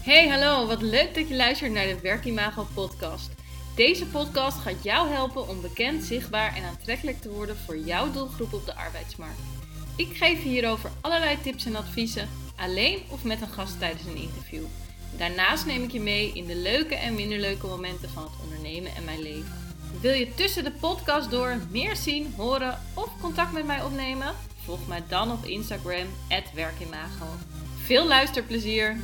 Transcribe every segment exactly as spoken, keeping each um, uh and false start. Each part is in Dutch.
Hey, hallo, wat leuk dat je luistert naar de Werkimago podcast. Deze podcast gaat jou helpen om bekend, zichtbaar en aantrekkelijk te worden voor jouw doelgroep op de arbeidsmarkt. Ik geef je hierover allerlei tips en adviezen, alleen of met een gast tijdens een interview. Daarnaast neem ik je mee in de leuke en minder leuke momenten van het ondernemen en mijn leven. Wil je tussen de podcast door meer zien, horen of contact met mij opnemen? Volg mij dan op Instagram at werkimago. Veel luisterplezier!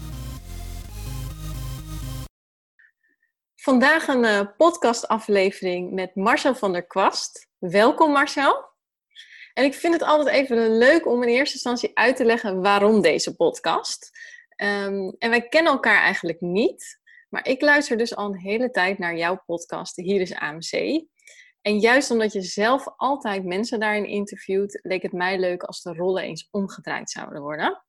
Vandaag een uh, podcastaflevering met Marcel van der Kwast. Welkom Marcel. En ik vind het altijd even leuk om in eerste instantie uit te leggen waarom deze podcast. Um, en wij kennen elkaar eigenlijk niet. Maar ik luister dus al een hele tijd naar jouw podcast, Hier is A M C. En juist omdat je zelf altijd mensen daarin interviewt, leek het mij leuk als de rollen eens omgedraaid zouden worden.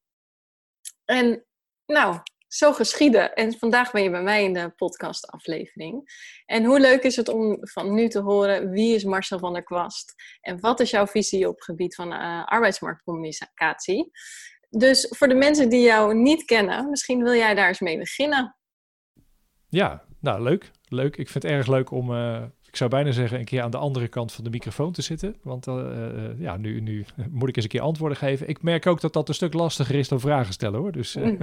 En nou... Zo geschieden. En vandaag ben je bij mij in de podcastaflevering. En hoe leuk is het om van nu te horen, wie is Marcel van der Kwast? En wat is jouw visie op het gebied van uh, arbeidsmarktcommunicatie? Dus voor de mensen die jou niet kennen, misschien wil jij daar eens mee beginnen. Ja, nou leuk. Leuk. Ik vind het erg leuk om, uh, ik zou bijna zeggen, een keer aan de andere kant van de microfoon te zitten. Want uh, uh, ja, nu, nu moet ik eens een keer antwoorden geven. Ik merk ook dat dat een stuk lastiger is dan vragen stellen hoor. Dus, uh,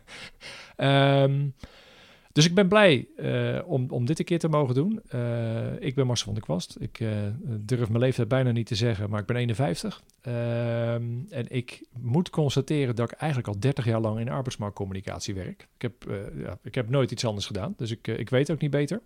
um, dus ik ben blij uh, om, om dit een keer te mogen doen. Uh, ik ben Marcel van der Kwast. Ik uh, durf mijn leeftijd bijna niet te zeggen, maar ik ben eenenvijftig. Um, en ik moet constateren dat ik eigenlijk al dertig jaar lang in arbeidsmarktcommunicatie werk. Ik heb, uh, ja, ik heb nooit iets anders gedaan, dus ik, uh, ik weet ook niet beter.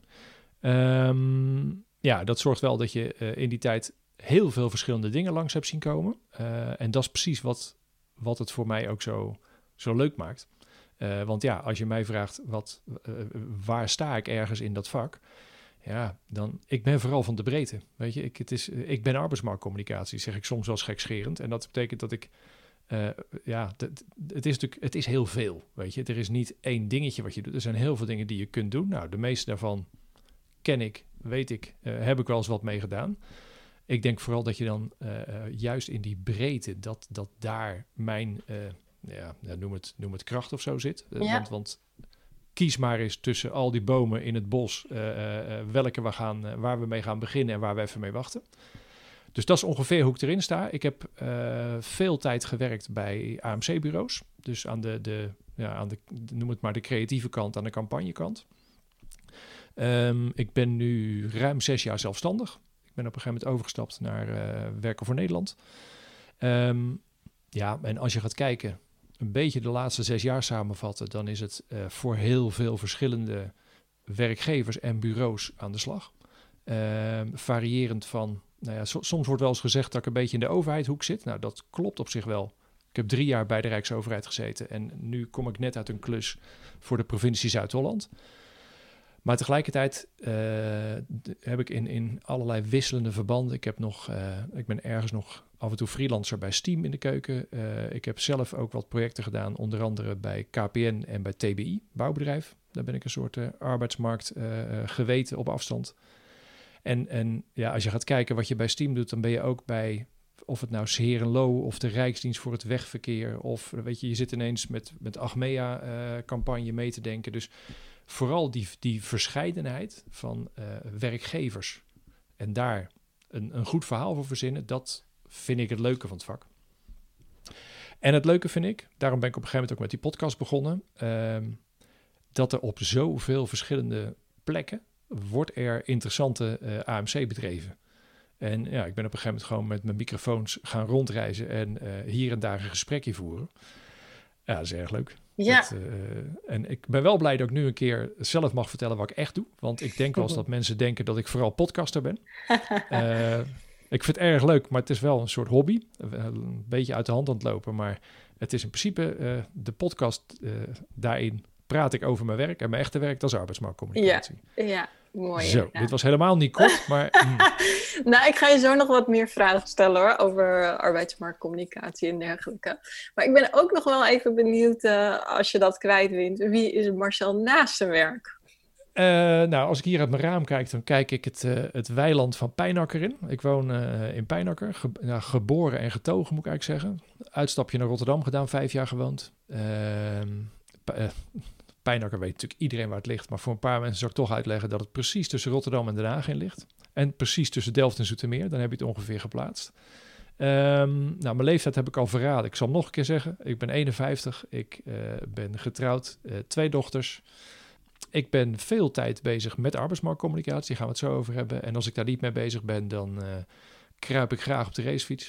Um, ja, dat zorgt wel dat je uh, in die tijd heel veel verschillende dingen langs hebt zien komen. Uh, en dat is precies wat, wat het voor mij ook zo, zo leuk maakt. Uh, want ja, als je mij vraagt, wat, uh, waar sta ik ergens in dat vak? Ja, dan, ik ben vooral van de breedte. Weet je, ik, het is, ik ben arbeidsmarktcommunicatie, zeg ik soms wel gekscherend. En dat betekent dat ik, uh, ja, het, het is natuurlijk, het is heel veel. Weet je, er is niet één dingetje wat je doet. Er zijn heel veel dingen die je kunt doen. Nou, de meeste daarvan ken ik, weet ik, uh, heb ik wel eens wat mee gedaan. Ik denk vooral dat je dan uh, juist in die breedte, dat, dat daar mijn, uh, ja, noem het, noem het kracht of zo zit. Uh, ja. want, want kies maar eens tussen al die bomen in het bos, uh, uh, welke we gaan, uh, waar we mee gaan beginnen en waar we even mee wachten. Dus dat is ongeveer hoe ik erin sta. Ik heb uh, veel tijd gewerkt bij A M C-bureaus. Dus aan de, de, ja, aan de, noem het maar de creatieve kant, aan de campagnekant. Um, ik ben nu ruim zes jaar zelfstandig. Ik ben op een gegeven moment overgestapt naar uh, Werken voor Nederland. Um, ja, en als je gaat kijken, een beetje de laatste zes jaar samenvatten, dan is het uh, voor heel veel verschillende werkgevers en bureaus aan de slag. Uh, variërend van, nou ja, so, soms wordt wel eens gezegd dat ik een beetje in de overheidshoek zit. Nou, dat klopt op zich wel. Ik heb drie jaar bij de Rijksoverheid gezeten en nu kom ik net uit een klus voor de provincie Zuid-Holland. Maar tegelijkertijd uh, heb ik in, in allerlei wisselende verbanden. Ik, heb nog, uh, ik ben ergens nog af en toe freelancer bij Steam in de keuken. Uh, ik heb zelf ook wat projecten gedaan, onder andere bij K P N en bij T B I, bouwbedrijf. Daar ben ik een soort uh, arbeidsmarkt uh, geweten op afstand. En, en ja, als je gaat kijken wat je bij Steam doet, dan ben je ook bij, of het nou 's Heerenlo of de Rijksdienst voor het Wegverkeer. Of weet je, je zit ineens met, met Achmea-campagne uh, mee te denken. Dus vooral die, die verscheidenheid van uh, werkgevers en daar een, een goed verhaal voor verzinnen, dat vind ik het leuke van het vak. En het leuke vind ik, daarom ben ik op een gegeven moment ook met die podcast begonnen, uh, dat er op zoveel verschillende plekken wordt er interessante uh, A M C bedreven. En ja, ik ben op een gegeven moment gewoon met mijn microfoons gaan rondreizen en uh, hier en daar een gesprekje voeren. Ja, dat is erg leuk. Ja. Dat, uh, en ik ben wel blij dat ik nu een keer zelf mag vertellen wat ik echt doe. Want ik denk wel eens dat mensen denken dat ik vooral podcaster ben. uh, ik vind het erg leuk, maar het is wel een soort hobby. Een beetje uit de hand aan het lopen. Maar het is in principe uh, de podcast, uh, daarin praat ik over mijn werk. En mijn echte werk, dat is arbeidsmarktcommunicatie. Ja, ja. Mooi. Zo, ja. Dit was helemaal niet kort, maar... mm. Nou, ik ga je zo nog wat meer vragen stellen hoor, over uh, arbeidsmarktcommunicatie en dergelijke. Maar ik ben ook nog wel even benieuwd, uh, als je dat kwijt wint, wie is Marcel naast zijn werk? Uh, nou, als ik hier uit mijn raam kijk, dan kijk ik het, uh, het weiland van Pijnacker in. Ik woon uh, in Pijnacker, ge- nou, geboren en getogen moet ik eigenlijk zeggen. Uitstapje naar Rotterdam gedaan, vijf jaar gewoond. Uh, pa- uh, Pijnakker weet natuurlijk iedereen waar het ligt. Maar voor een paar mensen zal ik toch uitleggen dat het precies tussen Rotterdam en Den Haag in ligt. En precies tussen Delft en Zoetermeer. Dan heb je het ongeveer geplaatst. Um, nou, mijn leeftijd heb ik al verraden. Ik zal hem nog een keer zeggen. Ik ben eenenvijftig. Ik uh, ben getrouwd. Uh, twee dochters. Ik ben veel tijd bezig met arbeidsmarktcommunicatie. Daar gaan we het zo over hebben. En als ik daar niet mee bezig ben, dan uh, kruip ik graag op de racefiets.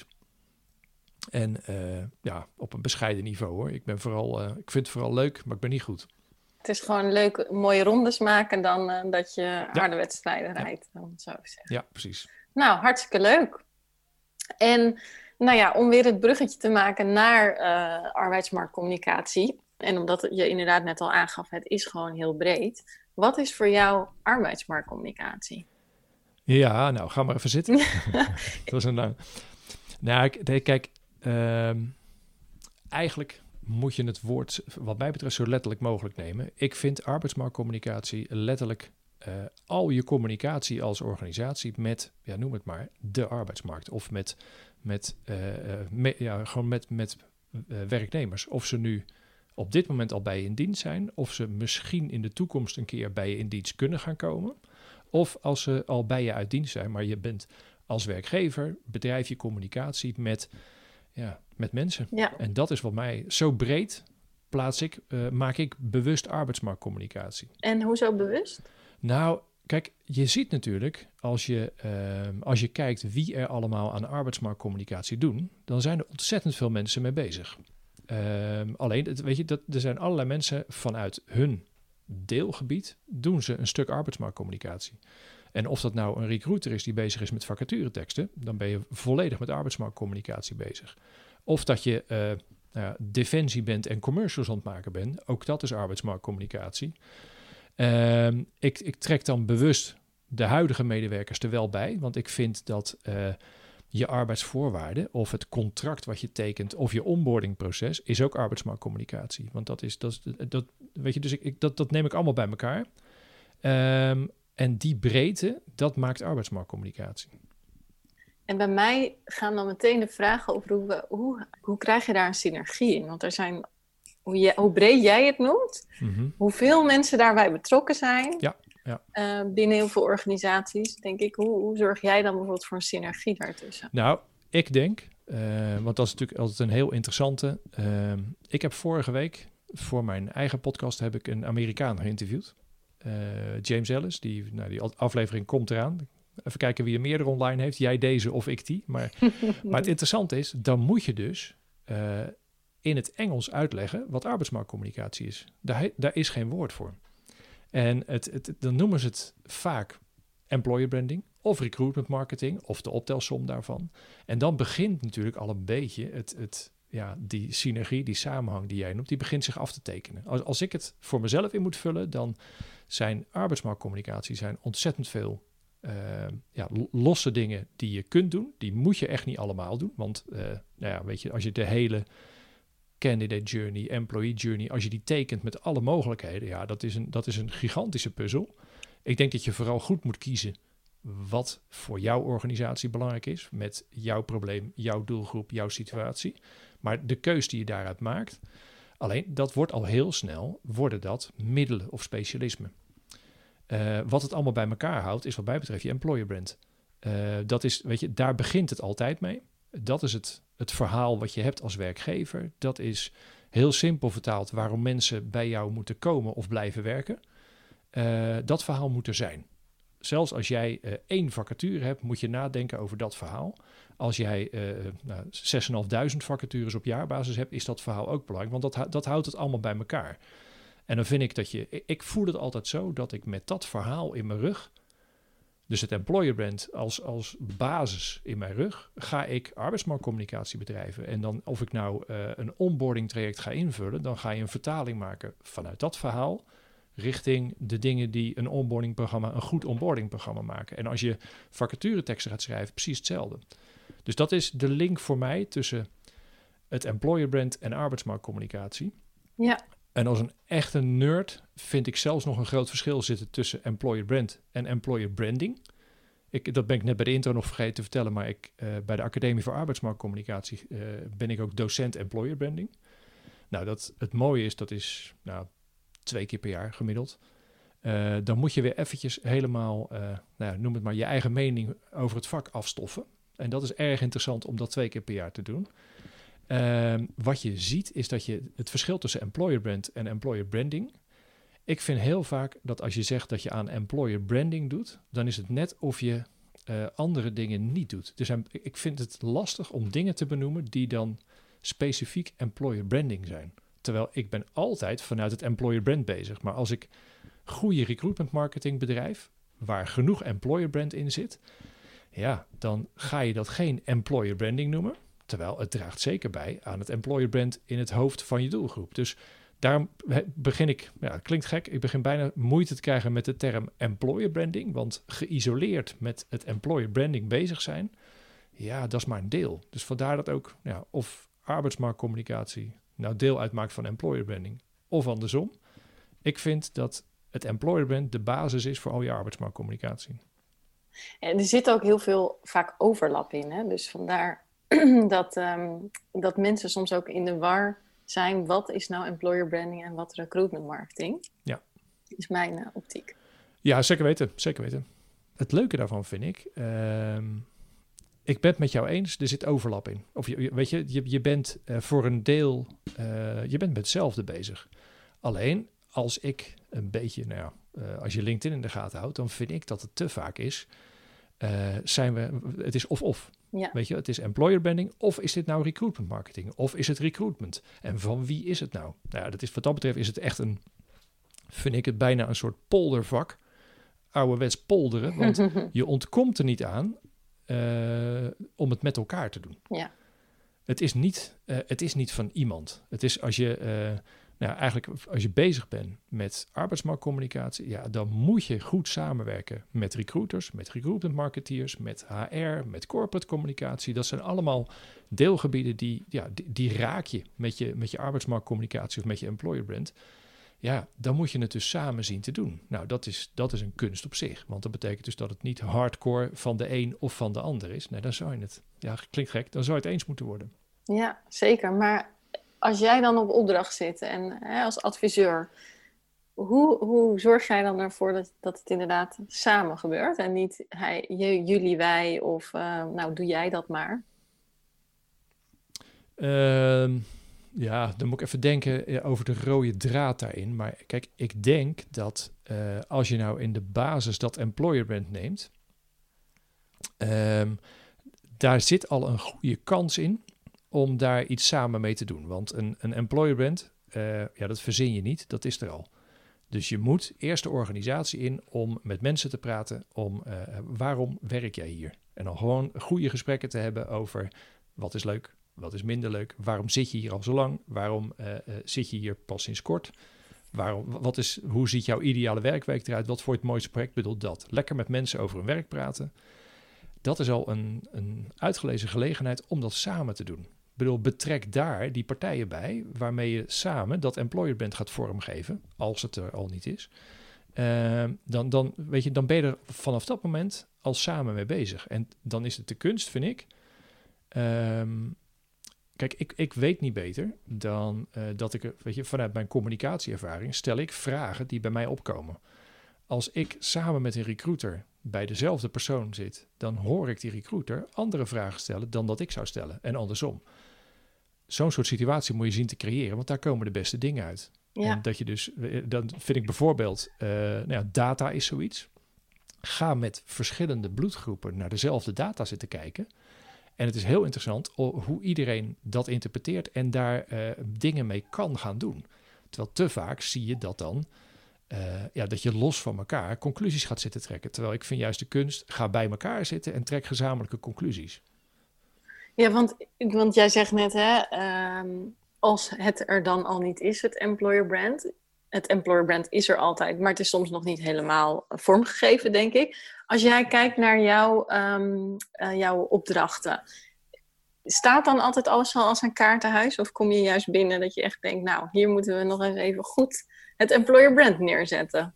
En uh, ja, op een bescheiden niveau hoor. Ik ben vooral, uh, ik vind het vooral leuk, maar ik ben niet goed. Het is gewoon leuk mooie rondes maken dan uh, dat je ja. harde wedstrijden ja. rijdt. Dan zo zeggen. Ja, precies. Nou, hartstikke leuk. En nou ja, om weer het bruggetje te maken naar uh, arbeidsmarktcommunicatie. En omdat je inderdaad net al aangaf, het is gewoon heel breed. Wat is voor jou arbeidsmarktcommunicatie? Ja, nou, ga maar even zitten. Dat was een lang. Nou, nee, kijk, uh, eigenlijk moet je het woord, wat mij betreft, zo letterlijk mogelijk nemen. Ik vind arbeidsmarktcommunicatie letterlijk uh, al je communicatie als organisatie met, ja, noem het maar, de arbeidsmarkt. Of met, met, uh, me, ja, gewoon met, met uh, werknemers. Of ze nu op dit moment al bij je in dienst zijn, of ze misschien in de toekomst een keer bij je in dienst kunnen gaan komen. Of als ze al bij je uit dienst zijn, maar je bent als werkgever, bedrijf je communicatie met, ja, met mensen. Ja. En dat is wat mij zo breed plaats ik, uh, maak ik bewust arbeidsmarktcommunicatie. En hoezo bewust? Nou, kijk, je ziet natuurlijk, als je, uh, als je kijkt wie er allemaal aan arbeidsmarktcommunicatie doen, dan zijn er ontzettend veel mensen mee bezig. Uh, alleen, het, weet je, dat, er zijn allerlei mensen vanuit hun deelgebied, doen ze een stuk arbeidsmarktcommunicatie. En of dat nou een recruiter is die bezig is met vacatureteksten, dan ben je volledig met arbeidsmarktcommunicatie bezig. Of dat je uh, uh, defensie bent en commercials aan het maken bent, ook dat is arbeidsmarktcommunicatie. Uh, ik, ik trek dan bewust de huidige medewerkers er wel bij, want ik vind dat uh, je arbeidsvoorwaarden of het contract wat je tekent of je onboardingproces is ook arbeidsmarktcommunicatie. Want dat is, dat, is, dat weet je, dus ik, ik, dat, dat neem ik allemaal bij elkaar. Um, en die breedte, dat maakt arbeidsmarktcommunicatie. En bij mij gaan dan meteen de vragen over hoe, hoe, hoe krijg je daar een synergie in? Want er zijn, hoe, je, hoe breed jij het noemt, mm-hmm. hoeveel mensen daarbij betrokken zijn. Ja, ja. Uh, binnen heel veel organisaties, denk ik. Hoe, hoe zorg jij dan bijvoorbeeld voor een synergie daartussen? Nou, ik denk, uh, want dat is natuurlijk altijd een heel interessante. Uh, ik heb vorige week voor mijn eigen podcast heb ik een Amerikaan geïnterviewd. Uh, James Ellis, die, nou, die aflevering komt eraan. Even kijken wie er meerdere online heeft. Jij deze of ik die. Maar, maar het interessante is, dan moet je dus uh, in het Engels uitleggen wat arbeidsmarktcommunicatie is. Daar, daar is geen woord voor. En het, het, dan noemen ze het vaak employer branding of recruitment marketing of de optelsom daarvan. En dan begint natuurlijk al een beetje het, het, ja, die synergie, die samenhang die jij noemt, die begint zich af te tekenen. Als, als ik het voor mezelf in moet vullen, dan zijn arbeidsmarktcommunicatie zijn ontzettend veel uh, ja, losse dingen die je kunt doen. Die moet je echt niet allemaal doen. Want uh, nou ja, weet je, als je de hele candidate journey, employee journey, als je die tekent met alle mogelijkheden, ja, dat is een, dat is een gigantische puzzel. Ik denk dat je vooral goed moet kiezen wat voor jouw organisatie belangrijk is, met jouw probleem, jouw doelgroep, jouw situatie. Maar de keus die je daaruit maakt, alleen dat wordt al heel snel, worden dat middelen of specialismen. Uh, wat het allemaal bij elkaar houdt, is wat mij betreft je employer brand. Uh, dat is, weet je, daar begint het altijd mee. Dat is het, het verhaal wat je hebt als werkgever. Dat is heel simpel vertaald waarom mensen bij jou moeten komen of blijven werken. Uh, dat verhaal moet er zijn. Zelfs als jij uh, één vacature hebt, moet je nadenken over dat verhaal. Als jij uh, nou, zes en vijfduizend vacatures op jaarbasis hebt, is dat verhaal ook belangrijk. Want dat, dat houdt het allemaal bij elkaar. En dan vind ik dat je... Ik voel het altijd zo dat ik met dat verhaal in mijn rug, dus het employer brand als, als basis in mijn rug, ga ik arbeidsmarktcommunicatie bedrijven. En dan of ik nou uh, een onboarding traject ga invullen, dan ga je een vertaling maken vanuit dat verhaal richting de dingen die een onboardingprogramma, een goed onboardingprogramma maken. En als je vacatureteksten gaat schrijven, precies hetzelfde. Dus dat is de link voor mij tussen het employer brand en arbeidsmarktcommunicatie. Ja. En als een echte nerd vind ik zelfs nog een groot verschil zitten tussen employer brand en employer branding. Ik, dat ben ik net bij de intro nog vergeten te vertellen, maar ik, uh, bij de Academie voor Arbeidsmarktcommunicatie uh, ben ik ook docent employer branding. Nou, dat, het mooie is, dat is nou, twee keer per jaar gemiddeld. Uh, dan moet je weer eventjes helemaal, uh, nou ja, noem het maar, je eigen mening over het vak afstoffen. En dat is erg interessant om dat twee keer per jaar te doen. Uh, wat je ziet is dat je het verschil tussen employer brand en employer branding. Ik vind heel vaak dat als je zegt dat je aan employer branding doet, dan is het net of je uh, andere dingen niet doet. Dus um, ik vind het lastig om dingen te benoemen die dan specifiek employer branding zijn. Terwijl ik ben altijd vanuit het employer brand bezig. Maar als ik goede recruitment marketing bedrijf, waar genoeg employer brand in zit, ja, dan ga je dat geen employer branding noemen. Terwijl het draagt zeker bij aan het employer brand in het hoofd van je doelgroep. Dus daarom begin ik, ja, het klinkt gek, ik begin bijna moeite te krijgen met de term employer branding. Want geïsoleerd met het employer branding bezig zijn, ja, dat is maar een deel. Dus vandaar dat ook, ja, of arbeidsmarktcommunicatie nou deel uitmaakt van employer branding, of andersom. Ik vind dat het employer brand de basis is voor al je arbeidsmarktcommunicatie. En er zit ook heel veel vaak overlap in, hè? Dus vandaar dat, um, dat mensen soms ook in de war zijn. Wat is nou employer branding en wat recruitment marketing? Ja. Is mijn uh, optiek. Ja, zeker weten. Zeker weten. Het leuke daarvan vind ik, uh, ik ben het met jou eens, er zit overlap in. Of je, weet je, je, je bent uh, voor een deel, uh, je bent met hetzelfde bezig. Alleen als ik een beetje, nou ja, uh, als je LinkedIn in de gaten houdt, dan vind ik dat het te vaak is. Uh, zijn we, het is of-of. Ja. Weet je, het is employer branding, of is dit nou recruitment marketing, of is het recruitment? En van wie is het nou? Nou ja, dat is, wat dat betreft is het echt een, vind ik het bijna een soort poldervak. Ouderwets polderen, want je ontkomt er niet aan uh, om het met elkaar te doen. Ja. Het is niet, uh, het is niet van iemand. Het is als je, uh, nou eigenlijk als je bezig bent met arbeidsmarktcommunicatie, ja, dan moet je goed samenwerken met recruiters, met recruitment marketeers, met H R, met corporate communicatie. Dat zijn allemaal deelgebieden die, ja, die, die raak je met je met je arbeidsmarktcommunicatie of met je employer brand. Ja, dan moet je het dus samen zien te doen. Nou, dat is, dat is een kunst op zich. Want dat betekent dus dat het niet hardcore van de een of van de ander is. Nee, dan zou je het, ja, klinkt gek, dan zou je het eens moeten worden. Ja, zeker. Maar als jij dan op opdracht zit en hè, als adviseur, hoe, hoe zorg jij dan ervoor dat, dat het inderdaad samen gebeurt? En niet hij, je, jullie, wij of uh, nou, doe jij dat maar? Uh, ja, dan moet ik even denken over de rode draad daarin. Maar kijk, ik denk dat uh, als je nou in de basis dat employer brand neemt, uh, daar zit al een goede kans in om daar iets samen mee te doen. Want een, een employer brand, uh, ja, dat verzin je niet, dat is er al. Dus je moet eerst de organisatie in om met mensen te praten om uh, waarom werk jij hier? En dan gewoon goede gesprekken te hebben over wat is leuk, wat is minder leuk, waarom zit je hier al zo lang, waarom uh, uh, zit je hier pas sinds kort, waarom, wat is, hoe ziet jouw ideale werkweek eruit, wat voor het mooiste project bedoelt dat? Lekker met mensen over hun werk praten. Dat is al een, een uitgelezen gelegenheid om dat samen te doen. Ik bedoel, betrek daar die partijen bij waarmee je samen dat employer brand gaat vormgeven, als het er al niet is. Uh, dan, dan, weet je, dan ben je er vanaf dat moment al samen mee bezig. En dan is het de kunst, vind ik. Um, kijk, ik, ik weet niet beter dan uh, dat ik, weet je, vanuit mijn communicatieervaring stel ik vragen die bij mij opkomen. Als ik samen met een recruiter bij dezelfde persoon zit, dan hoor ik die recruiter andere vragen stellen dan dat ik zou stellen. En andersom. Zo'n soort situatie moet je zien te creëren, want daar komen de beste dingen uit. Ja. En dat je dus, dan vind ik bijvoorbeeld, uh, nou ja, data is zoiets. Ga met verschillende bloedgroepen naar dezelfde data zitten kijken. En het is heel interessant hoe iedereen dat interpreteert en daar uh, dingen mee kan gaan doen. Terwijl te vaak zie je dat dan, uh, ja, dat je los van elkaar conclusies gaat zitten trekken. Terwijl ik vind juist de kunst, ga bij elkaar zitten en trek gezamenlijke conclusies. Ja, want, want jij zegt net, hè, um, als het er dan al niet is, het employer brand. Het employer brand is er altijd, maar het is soms nog niet helemaal vormgegeven, denk ik. Als jij kijkt naar jouw, um, uh, jouw opdrachten, staat dan altijd alles al als een kaartenhuis? Of kom je juist binnen dat je echt denkt, nou, hier moeten we nog eens even goed het employer brand neerzetten?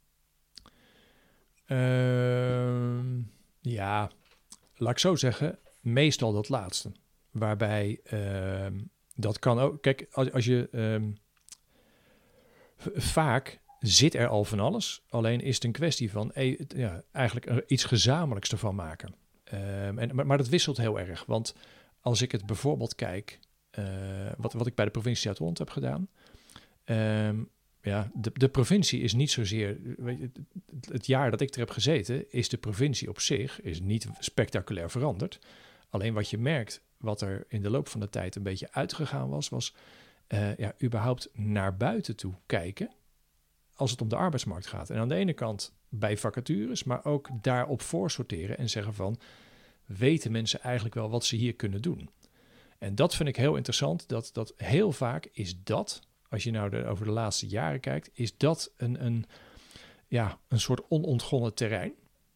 Uh, ja, laat ik zo zeggen, meestal dat laatste. Waarbij uh, dat kan ook, kijk, als, als je... Um, Vaak zit er al van alles. Alleen is het een kwestie van eh, ja, eigenlijk er iets gezamenlijks ervan maken. Um, en, maar, maar dat wisselt heel erg. Want als ik het bijvoorbeeld kijk, uh, wat, wat ik bij de provincie Zuid-Holland heb gedaan. Um, ja, de, de provincie is niet zozeer, weet je, het, het jaar dat ik er heb gezeten, is de provincie op zich is niet spectaculair veranderd. Alleen wat je merkt, wat er in de loop van de tijd een beetje uitgegaan was, was uh, ja, überhaupt naar buiten toe kijken als het om de arbeidsmarkt gaat. En aan de ene kant bij vacatures, maar ook daarop voorsorteren en zeggen van, weten mensen eigenlijk wel wat ze hier kunnen doen? En dat vind ik heel interessant, dat, dat heel vaak is dat, als je nou de, over de laatste jaren kijkt, is dat een, een, ja, een soort onontgonnen terrein,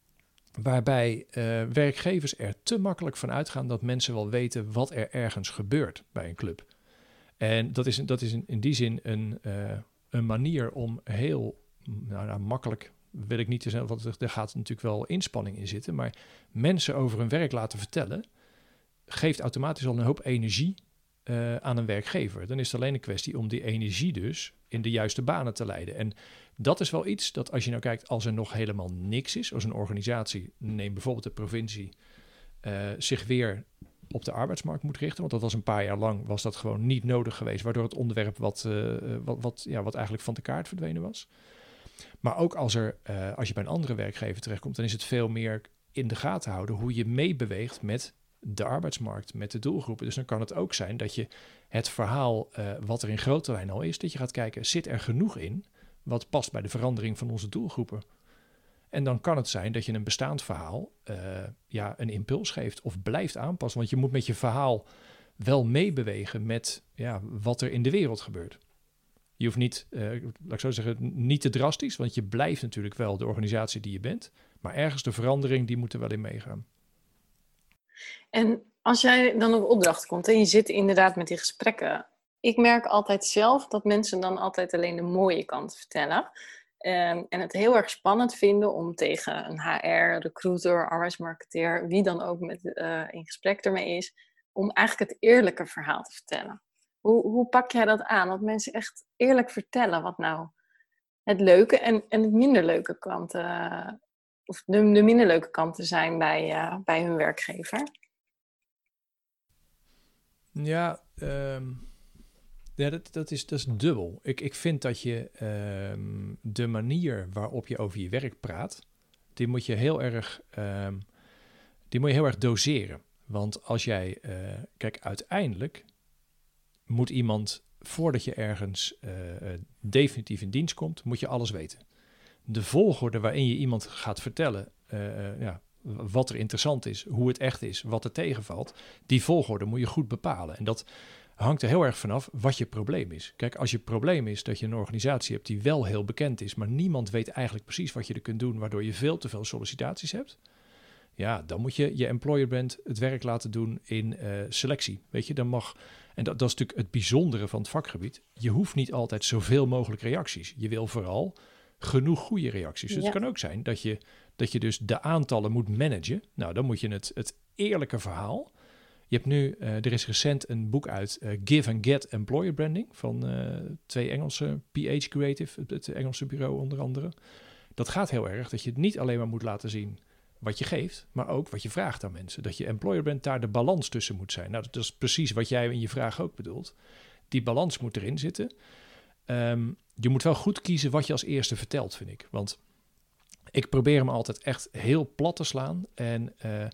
waarbij uh, werkgevers er te makkelijk van uitgaan dat mensen wel weten wat er ergens gebeurt bij een club. En dat is, dat is in, in die zin een, uh, een manier om heel nou, nou, makkelijk, wil ik niet te zeggen, want er gaat natuurlijk wel inspanning in zitten, maar mensen over hun werk laten vertellen, geeft automatisch al een hoop energie uh, aan een werkgever. Dan is het alleen een kwestie om die energie dus in de juiste banen te leiden. En dat is wel iets dat als je nou kijkt, als er nog helemaal niks is, als een organisatie, neem bijvoorbeeld de provincie, uh, zich weer op de arbeidsmarkt moet richten, want dat was een paar jaar lang, was dat gewoon niet nodig geweest, waardoor het onderwerp wat, uh, wat, wat, ja, wat eigenlijk van de kaart verdwenen was. Maar ook als, er, uh, als je bij een andere werkgever terechtkomt, dan is het veel meer in de gaten houden hoe je meebeweegt met de arbeidsmarkt, met de doelgroepen. Dus dan kan het ook zijn dat je het verhaal uh, wat er in grote lijn al is, dat je gaat kijken, zit er genoeg in wat past bij de verandering van onze doelgroepen? En dan kan het zijn dat je een bestaand verhaal uh, ja, een impuls geeft of blijft aanpassen. Want je moet met je verhaal wel meebewegen met ja, wat er in de wereld gebeurt. Je hoeft niet, uh, laat ik zo zeggen, niet te drastisch, want je blijft natuurlijk wel de organisatie die je bent. Maar ergens de verandering, die moet er wel in meegaan. En als jij dan op opdracht komt en je zit inderdaad met die gesprekken. Ik merk altijd zelf dat mensen dan altijd alleen de mooie kant vertellen. Um, en het heel erg spannend vinden om tegen een H R, recruiter, arbeidsmarketeer, wie dan ook met, uh, in gesprek ermee is, om eigenlijk het eerlijke verhaal te vertellen. Hoe, hoe pak jij dat aan? Dat mensen echt eerlijk vertellen wat nou het leuke en, en het minder leuke kanten, uh, of de, de minder leuke kanten zijn bij, uh, bij hun werkgever? Ja, um, ja dat, dat, is, dat is dubbel. Ik, ik vind dat je um, de manier waarop je over je werk praat, die moet je heel erg, um, die moet je heel erg doseren. Want als jij, uh, kijk, uiteindelijk moet iemand, voordat je ergens uh, uh, definitief in dienst komt, moet je alles weten. De volgorde waarin je iemand gaat vertellen, uh, uh, ja, wat er interessant is, hoe het echt is, wat er tegenvalt, die volgorde moet je goed bepalen. En dat hangt er heel erg vanaf wat je probleem is. Kijk, als je probleem is dat je een organisatie hebt die wel heel bekend is, maar niemand weet eigenlijk precies wat je er kunt doen, waardoor je veel te veel sollicitaties hebt, ja, dan moet je je employer brand het werk laten doen in uh, selectie. Weet je, dan mag, en dat, dat is natuurlijk het bijzondere van het vakgebied, je hoeft niet altijd zoveel mogelijk reacties. Je wil vooral genoeg goede reacties. Dus ja. Het kan ook zijn dat je, dat je dus de aantallen moet managen. Nou, dan moet je het, het eerlijke verhaal. Je hebt nu, uh, er is recent een boek uit, uh, Give and Get Employer Branding, van uh, twee Engelse, P H Creative, het, het Engelse bureau onder andere. Dat gaat heel erg, dat je het niet alleen maar moet laten zien wat je geeft, maar ook wat je vraagt aan mensen. Dat je employer brand, daar de balans tussen moet zijn. Nou, dat is precies wat jij in je vraag ook bedoelt. Die balans moet erin zitten. Um, je moet wel goed kiezen wat je als eerste vertelt, vind ik. Want ik probeer hem altijd echt heel plat te slaan. En uh,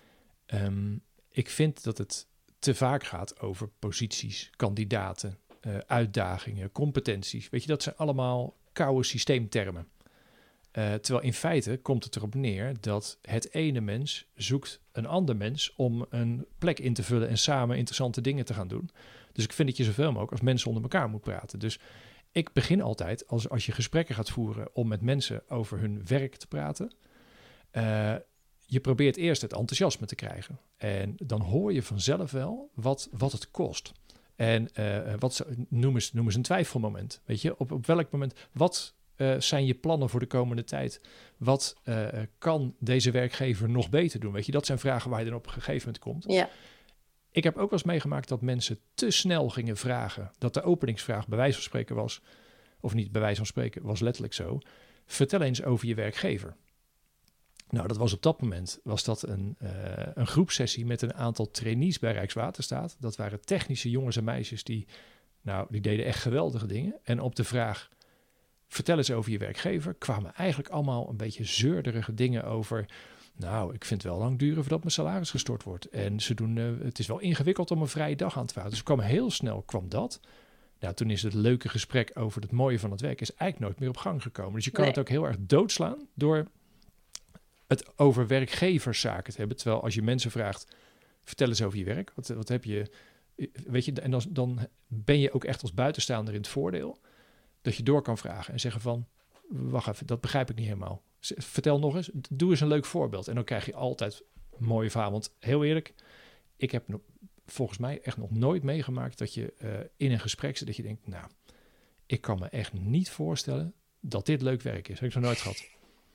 um, ik vind dat het te vaak gaat over posities, kandidaten, uh, uitdagingen, competenties. Weet je, dat zijn allemaal koude systeemtermen. Uh, terwijl in feite komt het erop neer dat het ene mens zoekt een ander mens om een plek in te vullen en samen interessante dingen te gaan doen. Dus ik vind dat je zoveel mogelijk als mensen onder elkaar moet praten. Dus ik begin altijd, als, als je gesprekken gaat voeren om met mensen over hun werk te praten, uh, je probeert eerst het enthousiasme te krijgen. En dan hoor je vanzelf wel wat, wat het kost. En uh, wat, noem, eens, noem eens een twijfelmoment. Weet je, op, op welk moment, wat uh, zijn je plannen voor de komende tijd? Wat uh, kan deze werkgever nog beter doen? Weet je, dat zijn vragen waar je dan op een gegeven moment komt. Ja. Ik heb ook wel eens meegemaakt dat mensen te snel gingen vragen. Dat de openingsvraag bij wijze van spreken was, of niet bij wijze van spreken, was letterlijk zo. Vertel eens over je werkgever. Nou, dat was op dat moment was dat een, uh, een groepsessie met een aantal trainees bij Rijkswaterstaat. Dat waren technische jongens en meisjes die, nou, die deden echt geweldige dingen. En op de vraag, vertel eens over je werkgever, kwamen eigenlijk allemaal een beetje zeurderige dingen over. Nou, ik vind het wel lang duren voordat mijn salaris gestort wordt. En ze doen, uh, het is wel ingewikkeld om een vrije dag aan te vragen. Dus kwam heel snel kwam dat. Nou, toen is het leuke gesprek over het mooie van het werk is eigenlijk nooit meer op gang gekomen. Dus je kan nee. het ook heel erg doodslaan door het over werkgeverszaken te hebben. Terwijl als je mensen vraagt, vertel eens over je werk. Wat, wat heb je, weet je, en dan, dan ben je ook echt als buitenstaander in het voordeel. Dat je door kan vragen en zeggen van, wacht even, dat begrijp ik niet helemaal. Vertel nog eens, doe eens een leuk voorbeeld. En dan krijg je altijd een mooie verhaal. Want heel eerlijk, ik heb nog, volgens mij echt nog nooit meegemaakt dat je uh, in een gesprek zit dat je denkt, nou, ik kan me echt niet voorstellen dat dit leuk werk is. Dat heb ik nog nooit gehad.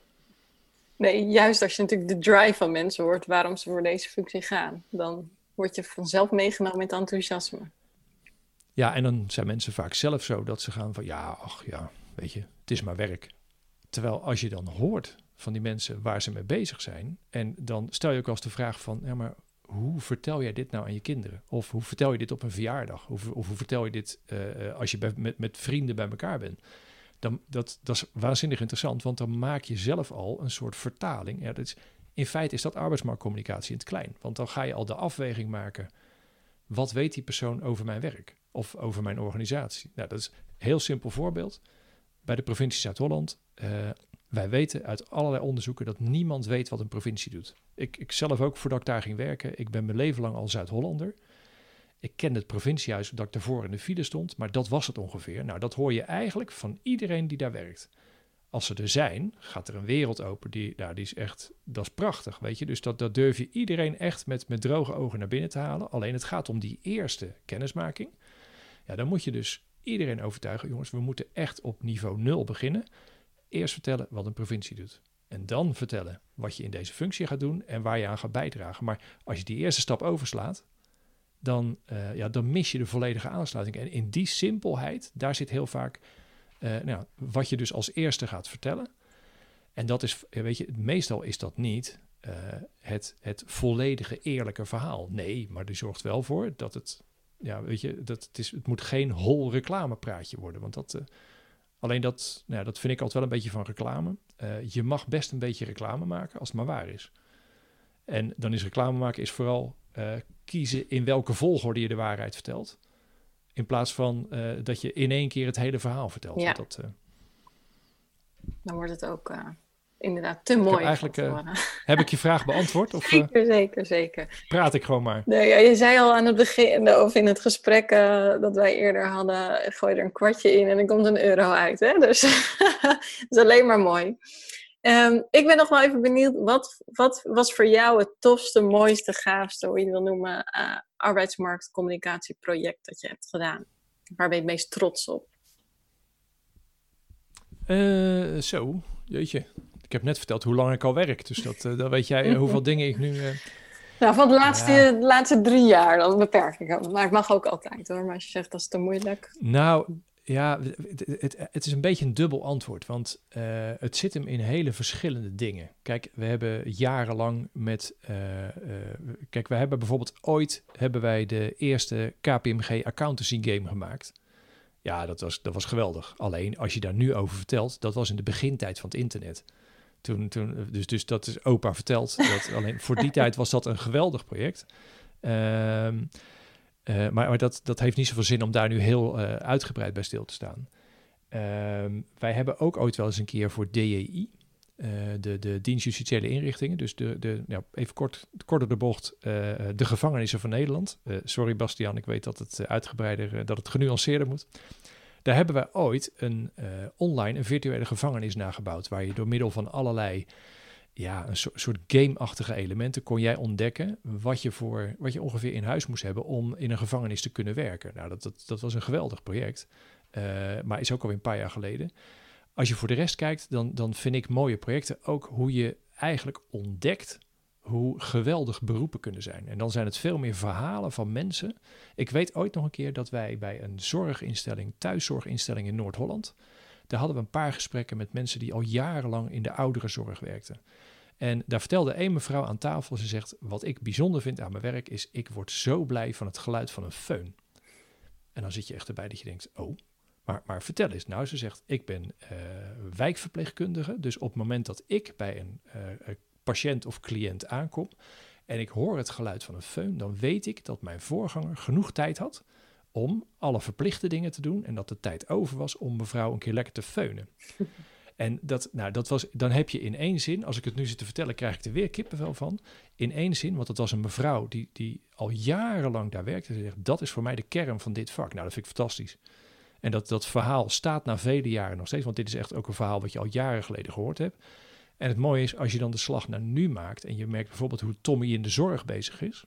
Nee, juist als je natuurlijk de drive van mensen hoort waarom ze voor deze functie gaan, dan word je vanzelf meegenomen met enthousiasme. Ja, en dan zijn mensen vaak zelf zo dat ze gaan van, ja, ach ja, weet je, het is maar werk. Terwijl als je dan hoort van die mensen waar ze mee bezig zijn, en dan stel je ook wel eens de vraag van, ja, maar hoe vertel jij dit nou aan je kinderen? Of hoe vertel je dit op een verjaardag? Of, of hoe vertel je dit uh, als je bij, met, met vrienden bij elkaar bent? Dan, dat, dat is waanzinnig interessant, want dan maak je zelf al een soort vertaling. Ja, dat is, in feite is dat arbeidsmarktcommunicatie in het klein. Want dan ga je al de afweging maken, wat weet die persoon over mijn werk? Of over mijn organisatie? Nou, dat is een heel simpel voorbeeld. Bij de provincie Zuid-Holland, uh, wij weten uit allerlei onderzoeken dat niemand weet wat een provincie doet. Ik, ik zelf ook, voordat ik daar ging werken, ik ben mijn leven lang al Zuid-Hollander. Ik kende het provinciehuis dat ik daarvoor in de file stond, maar dat was het ongeveer. Nou, dat hoor je eigenlijk van iedereen die daar werkt. Als ze er zijn, gaat er een wereld open, die, nou, die is echt, dat is prachtig, weet je. Dus dat, dat durf je iedereen echt met, met droge ogen naar binnen te halen. Alleen het gaat om die eerste kennismaking. Ja, dan moet je dus iedereen overtuigen, jongens, we moeten echt op niveau nul beginnen. Eerst vertellen wat een provincie doet. En dan vertellen wat je in deze functie gaat doen en waar je aan gaat bijdragen. Maar als je die eerste stap overslaat, dan, uh, ja, dan mis je de volledige aansluiting. En in die simpelheid, daar zit heel vaak uh, nou, wat je dus als eerste gaat vertellen. En dat is, weet je, meestal is dat niet uh, het, het volledige eerlijke verhaal. Nee, maar die zorgt wel voor dat het, ja, weet je, dat het, is, het moet geen hol reclamepraatje worden. Want dat, uh, alleen dat, nou, dat vind ik altijd wel een beetje van reclame. Uh, je mag best een beetje reclame maken als het maar waar is. En dan is reclame maken is vooral uh, kiezen in welke volgorde je de waarheid vertelt. In plaats van uh, dat je in één keer het hele verhaal vertelt. Ja. Dat, uh... Dan wordt het ook uh, inderdaad te mooi. Heb, eigenlijk, uh, heb ik je vraag beantwoord? Of, zeker, uh, zeker, zeker. Praat ik gewoon maar. Nee, ja, je zei al aan het begin, of in het gesprek uh, dat wij eerder hadden, gooi er een kwartje in en er komt een euro uit. Hè? Dus dat is alleen maar mooi. Um, ik ben nog wel even benieuwd, wat, wat was voor jou het tofste, mooiste, gaafste, hoe je het wil noemen, uh, arbeidsmarktcommunicatieproject dat je hebt gedaan? Waar ben je het meest trots op? Uh, zo, jeetje. Ik heb net verteld hoe lang ik al werk, dus dat, uh, dan weet jij uh, hoeveel dingen ik nu... Uh... Nou, van de laatste, ja. de laatste drie jaar, dan beperk ik hem. Maar ik mag ook altijd hoor, maar als je zegt dat is te moeilijk. Nou... Ja, het, het, het is een beetje een dubbel antwoord, want uh, het zit hem in hele verschillende dingen. Kijk, we hebben jarenlang met... Uh, uh, kijk, we hebben bijvoorbeeld ooit hebben wij de eerste K P M G accountancy game gemaakt. Ja, dat was, dat was geweldig. Alleen, als je daar nu over vertelt, dat was in de begintijd van het internet. Toen, toen, dus, dus dat is opa verteld. Dat alleen voor die tijd was dat een geweldig project. Ehm... Uh, Uh, maar maar dat, dat heeft niet zoveel zin om daar nu heel uh, uitgebreid bij stil te staan. Uh, wij hebben ook ooit wel eens een keer voor D J I, uh, de, de dienst justitiële inrichtingen, dus de, de, nou, even kort, korter de bocht, uh, de gevangenissen van Nederland. Uh, sorry Bastiaan, ik weet dat het uh, uitgebreider, uh, dat het genuanceerder moet. Daar hebben wij ooit een uh, online, een virtuele gevangenis nagebouwd, waar je door middel van allerlei... Ja, een so- soort game-achtige elementen kon jij ontdekken wat je, voor, wat je ongeveer in huis moest hebben om in een gevangenis te kunnen werken. Nou, dat, dat, dat was een geweldig project, uh, maar is ook alweer een paar jaar geleden. Als je voor de rest kijkt, dan, dan vind ik mooie projecten ook hoe je eigenlijk ontdekt hoe geweldig beroepen kunnen zijn. En dan zijn het veel meer verhalen van mensen. Ik weet ooit nog een keer dat wij bij een zorginstelling, thuiszorginstelling in Noord-Holland, daar hadden we een paar gesprekken met mensen die al jarenlang in de ouderenzorg werkten. En daar vertelde één mevrouw aan tafel, ze zegt, wat ik bijzonder vind aan mijn werk is, ik word zo blij van het geluid van een föhn. En dan zit je echt erbij dat je denkt, oh, maar, maar vertel eens. Nou, ze zegt, ik ben uh, wijkverpleegkundige, dus op het moment dat ik bij een uh, patiënt of cliënt aankom en ik hoor het geluid van een föhn, dan weet ik dat mijn voorganger genoeg tijd had om alle verplichte dingen te doen en dat de tijd over was om mevrouw een keer lekker te föhnen. En dat, nou, dat was, dan heb je in één zin, als ik het nu zit te vertellen, krijg ik er weer kippenvel van. In één zin, want het was een mevrouw die, die al jarenlang daar werkte. Ze zegt, dat is voor mij de kern van dit vak. Nou, dat vind ik fantastisch. En dat, dat verhaal staat na vele jaren nog steeds, want dit is echt ook een verhaal wat je al jaren geleden gehoord hebt. En het mooie is, als je dan de slag naar nu maakt en je merkt bijvoorbeeld hoe Tommy in de zorg bezig is.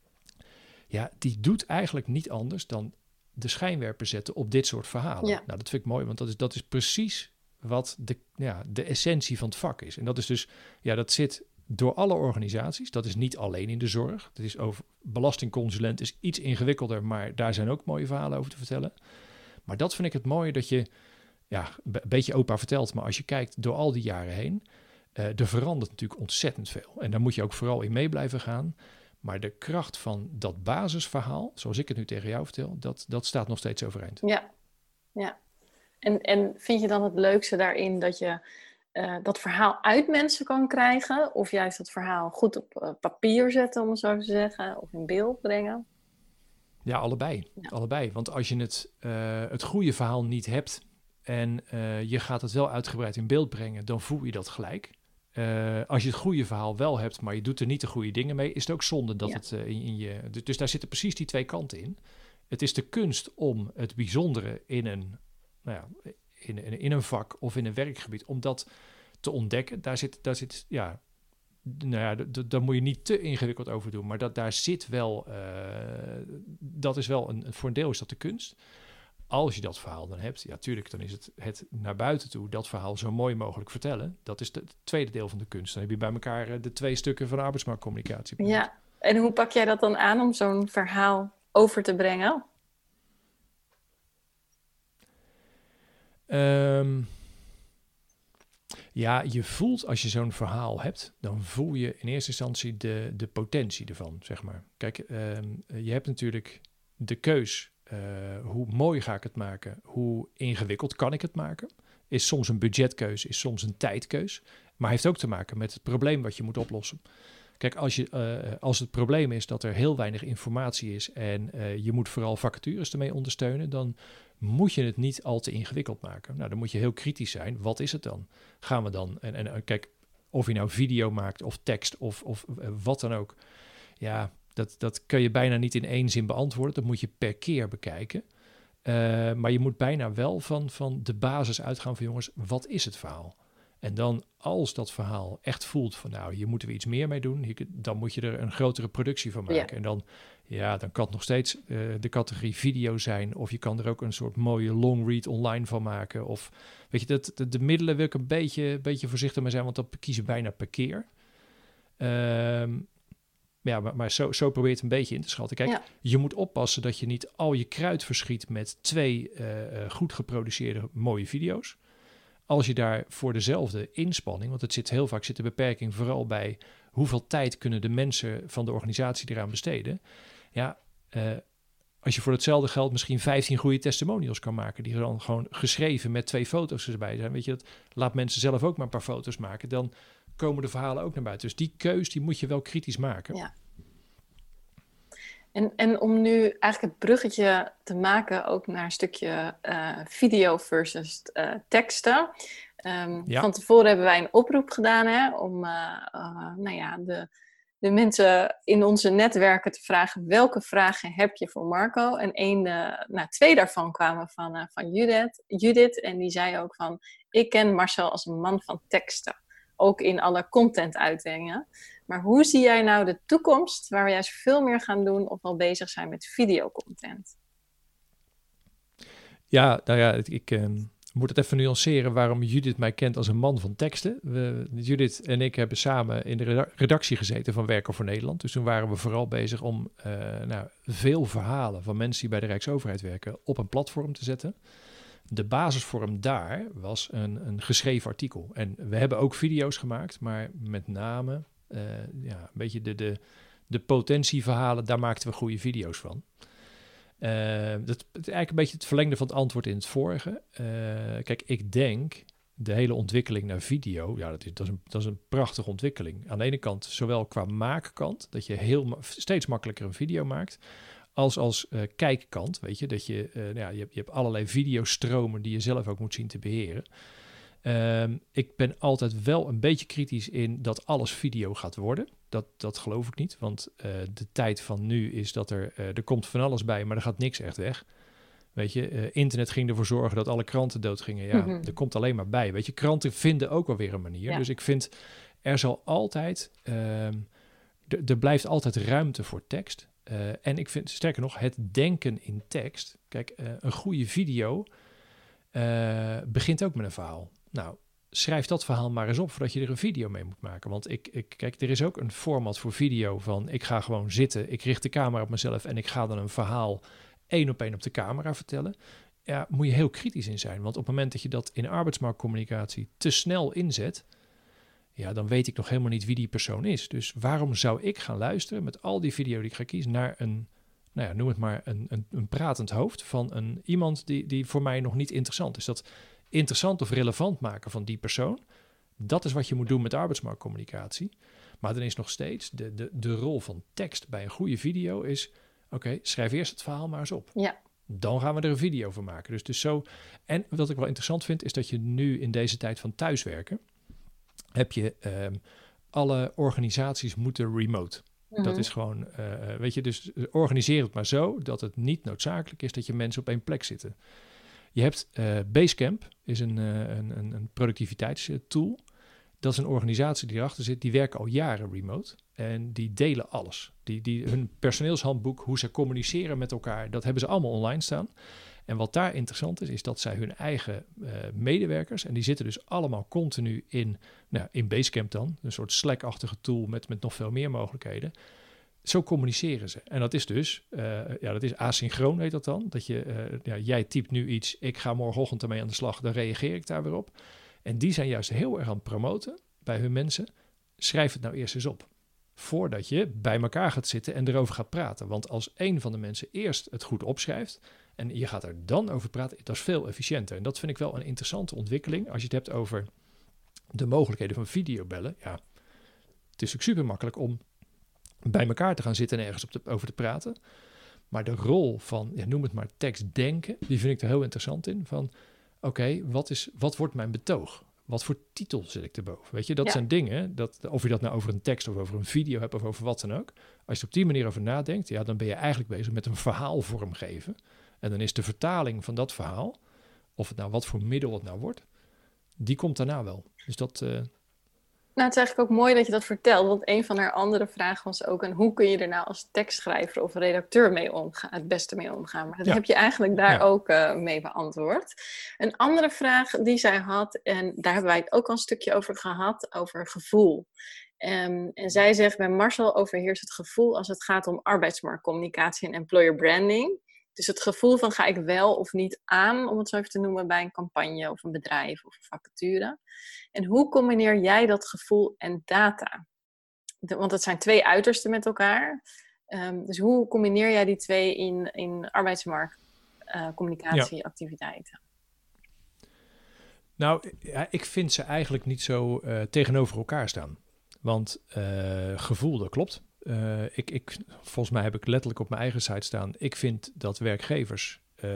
Ja, die doet eigenlijk niet anders dan de schijnwerper zetten op dit soort verhalen. Ja. Nou, dat vind ik mooi, want dat is, dat is precies wat de, ja, de essentie van het vak is. En dat is dus, ja, dat zit door alle organisaties. Dat is niet alleen in de zorg. Dat is over belastingconsulent is iets ingewikkelder, maar daar zijn ook mooie verhalen over te vertellen. Maar dat vind ik het mooie dat je, ja, een beetje opa vertelt, maar als je kijkt door al die jaren heen, uh, er verandert natuurlijk ontzettend veel. En daar moet je ook vooral in mee blijven gaan. Maar de kracht van dat basisverhaal, zoals ik het nu tegen jou vertel, dat, dat staat nog steeds overeind. Ja, ja. En, en vind je dan het leukste daarin dat je uh, dat verhaal uit mensen kan krijgen? Of juist het verhaal goed op uh, papier zetten, om het zo te zeggen, of in beeld brengen? Ja, allebei. Ja. allebei. Want als je het, uh, het goede verhaal niet hebt en uh, je gaat het wel uitgebreid in beeld brengen, dan voel je dat gelijk. Uh, als je het goede verhaal wel hebt, maar je doet er niet de goede dingen mee, is het ook zonde dat ja. het uh, in, in je... Dus, dus daar zitten precies die twee kanten in. Het is de kunst om het bijzondere in een, nou ja, in, in, in een vak of in een werkgebied, om dat te ontdekken. Daar zit, daar zit ja, nou ja, d- d- daar moet je niet te ingewikkeld over doen, maar dat daar zit wel, uh, dat is wel een, voor een deel is dat de kunst. Als je dat verhaal dan hebt, ja, tuurlijk, dan is het het naar buiten toe, dat verhaal zo mooi mogelijk vertellen. Dat is de, het tweede deel van de kunst. Dan heb je bij elkaar uh, de twee stukken van de arbeidsmarktcommunicatie. Ja, en hoe pak jij dat dan aan om zo'n verhaal over te brengen? Um, ja, je voelt als je zo'n verhaal hebt, dan voel je in eerste instantie de, de potentie ervan, zeg maar. Kijk, um, je hebt natuurlijk de keus. Uh, hoe mooi ga ik het maken? Hoe ingewikkeld kan ik het maken? Is soms een budgetkeus, is soms een tijdkeus. Maar heeft ook te maken met het probleem wat je moet oplossen. Kijk, als, je, uh, als het probleem is dat er heel weinig informatie is en uh, je moet vooral vacatures ermee ondersteunen, dan moet je het niet al te ingewikkeld maken. Nou, dan moet je heel kritisch zijn. Wat is het dan? Gaan we dan? En, en uh, kijk, of je nou video maakt of tekst of, of uh, wat dan ook. Ja, Dat, dat kun je bijna niet in één zin beantwoorden. Dat moet je per keer bekijken. Uh, maar je moet bijna wel van, van de basis uitgaan van jongens, wat is het verhaal? En dan als dat verhaal echt voelt van nou, hier moeten we iets meer mee doen, hier, dan moet je er een grotere productie van maken. Ja. En dan, ja, dan kan het nog steeds uh, de categorie video zijn. Of je kan er ook een soort mooie long read online van maken. Of weet je, dat, de, de middelen wil ik een beetje, beetje voorzichtig mee zijn, want dat kiezen bijna per keer. Um, Ja, maar, maar zo, zo probeer je het een beetje in te schatten. Kijk, ja. Je moet oppassen dat je niet al je kruid verschiet met twee uh, goed geproduceerde mooie video's. Als je daar voor dezelfde inspanning, want het zit heel vaak zit de beperking vooral bij hoeveel tijd kunnen de mensen van de organisatie eraan besteden. Ja, uh, als je voor hetzelfde geld misschien vijftien goede testimonials kan maken, die dan gewoon geschreven met twee foto's erbij zijn. Weet je, dat laat mensen zelf ook maar een paar foto's maken. Dan komen de verhalen ook naar buiten. Dus die keus, die moet je wel kritisch maken. Ja. En, en om nu eigenlijk het bruggetje te maken ook naar een stukje uh, video versus uh, teksten. Um, ja. Van tevoren hebben wij een oproep gedaan hè, om uh, uh, nou ja, de, de mensen in onze netwerken te vragen welke vragen heb je voor Marco. En één, uh, nou, twee daarvan kwamen van, uh, van Judith, Judith. En die zei ook van, ik ken Marcel als een man van teksten. Ook in alle content-uitingen. Maar hoe zie jij nou de toekomst waar we juist veel meer gaan doen of al bezig zijn met videocontent? Ja, nou ja, ik, uh, moet het even nuanceren waarom Judith mij kent als een man van teksten. We, Judith en ik hebben samen in de reda- redactie gezeten van Werken voor Nederland. Dus toen waren we vooral bezig om uh, nou, veel verhalen van mensen die bij de Rijksoverheid werken op een platform te zetten. De basisvorm daar was een, een geschreven artikel. En we hebben ook video's gemaakt, maar met name uh, ja, een beetje de, de, de potentieverhalen, daar maakten we goede video's van. Uh, dat, dat is eigenlijk een beetje het verlengde van het antwoord in het vorige. Uh, kijk, ik denk de hele ontwikkeling naar video, ja, dat is, dat, is een, dat is een prachtige ontwikkeling. Aan de ene kant, zowel qua maakkant, dat je heel ma- steeds makkelijker een video maakt, als als uh, kijkkant, weet je, dat je, uh, ja, je, hebt, je hebt allerlei videostromen die je zelf ook moet zien te beheren. Uh, ik ben altijd wel een beetje kritisch in dat alles video gaat worden. Dat, dat geloof ik niet, want uh, de tijd van nu is dat er, uh, er komt van alles bij, maar er gaat niks echt weg. Weet je, uh, internet ging ervoor zorgen dat alle kranten doodgingen. Ja, mm-hmm. Er komt alleen maar bij. Weet je, kranten vinden ook wel weer een manier. Ja. Dus ik vind, er zal altijd, uh, d- er blijft altijd ruimte voor tekst. Uh, en ik vind, sterker nog, het denken in tekst. Kijk, uh, een goede video uh, begint ook met een verhaal. Nou, schrijf dat verhaal maar eens op voordat je er een video mee moet maken. Want ik, ik, kijk, er is ook een format voor video van ik ga gewoon zitten, ik richt de camera op mezelf en ik ga dan een verhaal één op één op de camera vertellen. Ja, moet je heel kritisch in zijn. Want op het moment dat je dat in arbeidsmarktcommunicatie te snel inzet, ja, dan weet ik nog helemaal niet wie die persoon is. Dus waarom zou ik gaan luisteren met al die video die ik ga kiezen naar een, nou ja, noem het maar een, een, een pratend hoofd van een, iemand die, die voor mij nog niet interessant is. Dat interessant of relevant maken van die persoon, dat is wat je moet doen met arbeidsmarktcommunicatie. Maar dan is nog steeds de, de, de rol van tekst bij een goede video is, oké, okay, schrijf eerst het verhaal maar eens op. Ja. Dan gaan we er een video van maken. Dus, dus zo. En wat ik wel interessant vind, is dat je nu in deze tijd van thuiswerken, heb je um, alle organisaties moeten remote. Mm-hmm. Dat is gewoon, uh, weet je, dus organiseer het maar zo dat het niet noodzakelijk is dat je mensen op één plek zitten. Je hebt uh, Basecamp, is een, uh, een, een, een productiviteitstool. Dat is een organisatie die erachter zit, die werken al jaren remote. En die delen alles. Die, die, hun personeelshandboek, hoe ze communiceren met elkaar, dat hebben ze allemaal online staan. En wat daar interessant is, is dat zij hun eigen uh, medewerkers, en die zitten dus allemaal continu in, nou, in Basecamp dan, een soort Slack-achtige tool met, met nog veel meer mogelijkheden. Zo communiceren ze. En dat is dus, uh, ja, dat is asynchroon heet dat dan. Dat je, uh, ja, jij typt nu iets, ik ga morgenochtend ermee aan de slag, dan reageer ik daar weer op. En die zijn juist heel erg aan het promoten bij hun mensen. Schrijf het nou eerst eens op. Voordat je bij elkaar gaat zitten en erover gaat praten. Want als een van de mensen eerst het goed opschrijft en je gaat er dan over praten, dat is veel efficiënter. En dat vind ik wel een interessante ontwikkeling. Als je het hebt over de mogelijkheden van videobellen. Ja, het is ook super makkelijk om bij elkaar te gaan zitten en ergens op te, over te praten. Maar de rol van, ja, noem het maar tekstdenken, die vind ik er heel interessant in. Van, oké, okay, wat is, wat wordt mijn betoog? Wat voor titel zet ik erboven? Weet je, dat ja. zijn dingen, dat, of je dat nou over een tekst of over een video hebt of over wat dan ook. Als je op die manier over nadenkt, ja, dan ben je eigenlijk bezig met een verhaal vormgeven. En dan is de vertaling van dat verhaal, of het nou wat voor middel het nou wordt, die komt daarna wel. Dus dat... Uh, Nou, het is eigenlijk ook mooi dat je dat vertelt, want een van haar andere vragen was ook, en hoe kun je er nou als tekstschrijver of redacteur mee omgaan, het beste mee omgaan? Maar dat ja. heb je eigenlijk daar ja. ook uh, mee beantwoord. Een andere vraag die zij had, en daar hebben wij het ook al een stukje over gehad, over gevoel. Um, en zij zegt, bij Marcel overheerst het gevoel als het gaat om arbeidsmarktcommunicatie en employer branding. Dus het gevoel van ga ik wel of niet aan, om het zo even te noemen, bij een campagne of een bedrijf of een vacature. En hoe combineer jij dat gevoel en data? De, want het zijn twee uitersten met elkaar. Um, dus hoe combineer jij die twee in, in arbeidsmarktcommunicatieactiviteiten? Uh, nou, ja, ik vind ze eigenlijk niet zo uh, tegenover elkaar staan. Want uh, gevoel, dat klopt. Uh, ik, ik, volgens mij heb ik letterlijk op mijn eigen site staan. Ik vind dat werkgevers... Uh,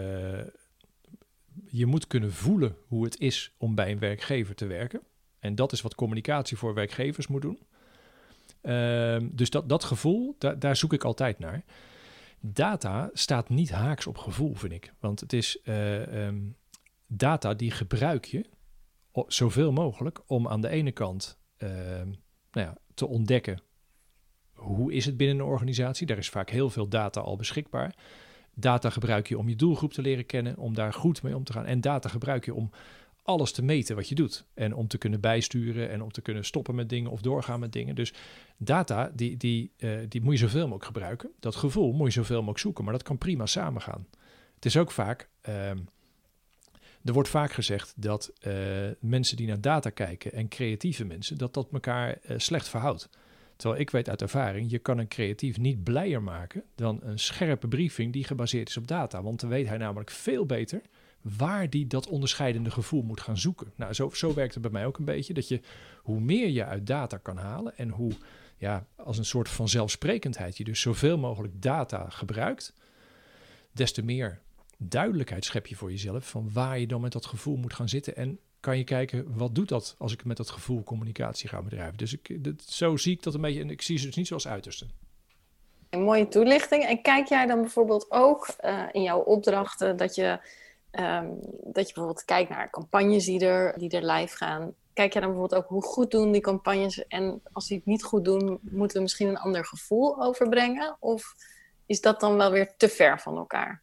je moet kunnen voelen hoe het is om bij een werkgever te werken. En dat is wat communicatie voor werkgevers moet doen. Uh, dus dat, dat gevoel, da, daar zoek ik altijd naar. Data staat niet haaks op gevoel, vind ik. Want het is uh, um, data die gebruik je o, zoveel mogelijk om aan de ene kant uh, nou ja, te ontdekken... Hoe is het binnen een organisatie? Daar is vaak heel veel data al beschikbaar. Data gebruik je om je doelgroep te leren kennen, om daar goed mee om te gaan. En data gebruik je om alles te meten wat je doet. En om te kunnen bijsturen en om te kunnen stoppen met dingen of doorgaan met dingen. Dus data, die, die, uh, die moet je zoveel mogelijk gebruiken. Dat gevoel moet je zoveel mogelijk zoeken, maar dat kan prima samengaan. Het is ook vaak... Uh, er wordt vaak gezegd dat uh, mensen die naar data kijken en creatieve mensen, dat dat elkaar uh, slecht verhoudt. Terwijl ik weet uit ervaring, je kan een creatief niet blijer maken dan een scherpe briefing die gebaseerd is op data. Want dan weet hij namelijk veel beter waar die dat onderscheidende gevoel moet gaan zoeken. Nou, zo, zo werkt het bij mij ook een beetje, dat je hoe meer je uit data kan halen en hoe, ja, als een soort van zelfsprekendheid je dus zoveel mogelijk data gebruikt, des te meer duidelijkheid schep je voor jezelf van waar je dan met dat gevoel moet gaan zitten en kan je kijken, wat doet dat als ik met dat gevoel communicatie ga bedrijven. Dus ik, dat, zo zie ik dat een beetje en ik zie ze dus niet zoals uitersten. Een mooie toelichting. En kijk jij dan bijvoorbeeld ook uh, in jouw opdrachten dat je, um, dat je bijvoorbeeld kijkt naar campagnes die er, die er live gaan. Kijk jij dan bijvoorbeeld ook hoe goed doen die campagnes en als die het niet goed doen, moeten we misschien een ander gevoel overbrengen? Of is dat dan wel weer te ver van elkaar?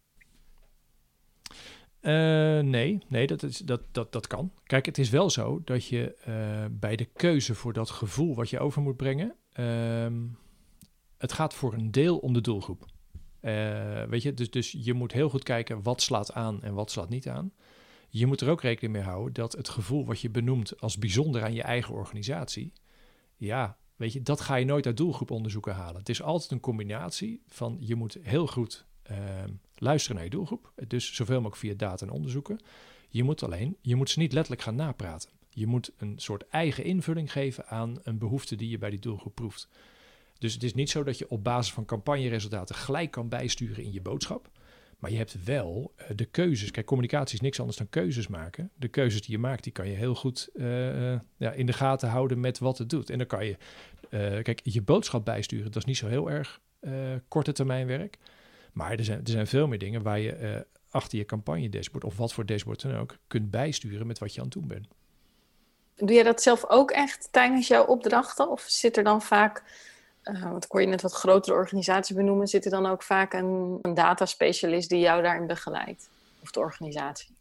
Uh, nee, nee dat, is, dat, dat, dat kan. Kijk, het is wel zo dat je uh, bij de keuze voor dat gevoel wat je over moet brengen, uh, het gaat voor een deel om de doelgroep. Uh, weet je, dus, dus je moet heel goed kijken wat slaat aan en wat slaat niet aan. Je moet er ook rekening mee houden dat het gevoel wat je benoemt als bijzonder aan je eigen organisatie, ja, weet je, dat ga je nooit uit doelgroeponderzoeken halen. Het is altijd een combinatie van je moet heel goed uh, luisteren naar je doelgroep, dus zoveel mogelijk via data en onderzoeken. Je moet alleen, je moet ze niet letterlijk gaan napraten. Je moet een soort eigen invulling geven aan een behoefte die je bij die doelgroep proeft. Dus het is niet zo dat je op basis van campagneresultaten gelijk kan bijsturen in je boodschap. Maar je hebt wel uh, de keuzes. Kijk, communicatie is niks anders dan keuzes maken. De keuzes die je maakt, die kan je heel goed uh, uh, ja, in de gaten houden met wat het doet. En dan kan je, uh, kijk, je boodschap bijsturen, dat is niet zo heel erg uh, korte termijn werk. Maar er zijn, er zijn veel meer dingen waar je uh, achter je campagne dashboard, of wat voor dashboard dan ook, kunt bijsturen met wat je aan het doen bent. Doe jij dat zelf ook echt tijdens jouw opdrachten? Of zit er dan vaak... Uh, want ik hoor je net wat grotere organisaties benoemen. Zit er dan ook vaak een, een dataspecialist die jou daarin begeleidt? Of de organisatie?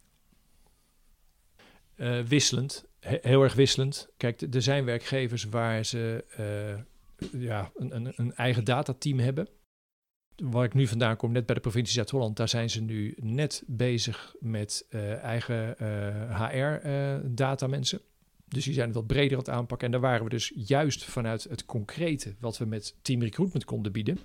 Uh, wisselend. He- heel erg wisselend. Kijk, d- er zijn werkgevers waar ze uh, ja, een, een, een eigen datateam hebben. Waar ik nu vandaan kom, net bij de provincie Zuid-Holland, daar zijn ze nu net bezig met uh, eigen uh, H R-datamensen. Uh, Dus die zijn het wat breder aan het aanpakken. En daar waren we dus juist vanuit het concrete wat we met Team Recruitment konden bieden,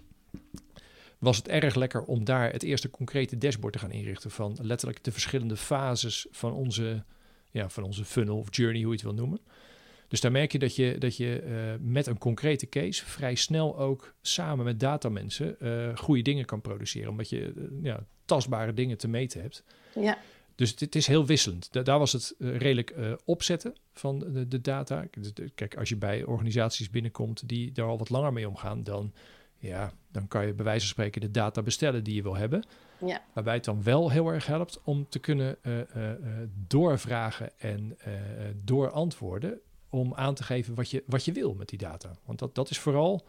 was het erg lekker om daar het eerste concrete dashboard te gaan inrichten van letterlijk de verschillende fases van onze, ja, van onze funnel of journey, hoe je het wil noemen. Dus daar merk je dat je, dat je uh, met een concrete case vrij snel ook samen met datamensen uh, goede dingen kan produceren. Omdat je uh, ja, tastbare dingen te meten hebt. Ja. Dus het, het is heel wisselend. Da- daar was het uh, redelijk uh, opzetten van de, de data. Kijk, als je bij organisaties binnenkomt die daar al wat langer mee omgaan, dan, ja, dan kan je bij wijze van spreken de data bestellen die je wil hebben. Ja. Waarbij het dan wel heel erg helpt om te kunnen uh, uh, uh, doorvragen en uh, doorantwoorden om aan te geven wat je, wat je wil met die data. Want dat, dat is vooral...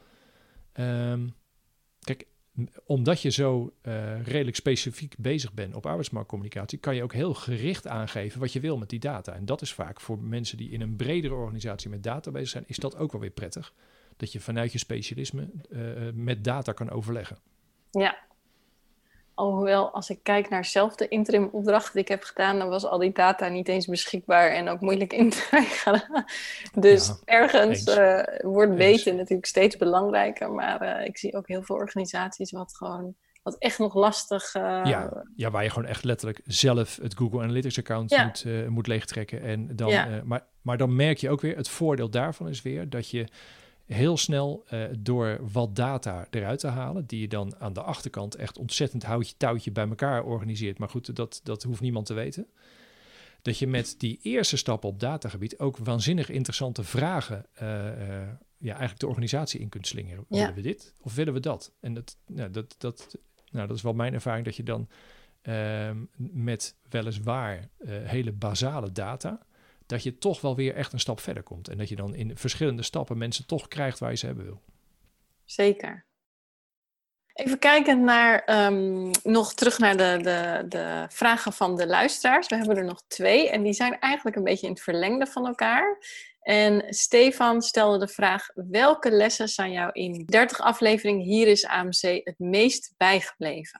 Um, kijk, omdat je zo uh, redelijk specifiek bezig bent op arbeidsmarktcommunicatie, kan je ook heel gericht aangeven wat je wil met die data. En dat is vaak voor mensen die in een bredere organisatie met data bezig zijn, is dat ook wel weer prettig. Dat je vanuit je specialisme uh, met data kan overleggen. Ja. Alhoewel, als ik kijk naar zelf de interim opdracht die ik heb gedaan, dan was al die data niet eens beschikbaar en ook moeilijk in te krijgen. Dus ja, ergens uh, wordt weten eens. Natuurlijk steeds belangrijker, maar uh, ik zie ook heel veel organisaties wat gewoon, wat echt nog lastig... Uh, ja, ja, waar je gewoon echt letterlijk zelf het Google Analytics account ja. moet, uh, moet leegtrekken. En dan, ja. uh, maar, maar dan merk je ook weer, het voordeel daarvan is weer dat je heel snel uh, door wat data eruit te halen, die je dan aan de achterkant echt ontzettend houtje touwtje bij elkaar organiseert. Maar goed, dat, dat hoeft niemand te weten. Dat je met die eerste stappen op datagebied ook waanzinnig interessante vragen uh, uh, ja, eigenlijk de organisatie in kunt slingeren. Ja. Willen we dit of willen we dat? En dat, nou, dat, dat, nou, dat is wel mijn ervaring, dat je dan uh, met weliswaar uh, hele basale data, dat je toch wel weer echt een stap verder komt. En dat je dan in verschillende stappen mensen toch krijgt waar je ze hebben wil. Zeker. Even kijkend naar, um, nog terug naar de, de, de vragen van de luisteraars. We hebben er nog twee en die zijn eigenlijk een beetje in het verlengde van elkaar. En Stefan stelde de vraag, welke lessen zijn jou in dertig afleveringen Hier is A M C het meest bijgebleven?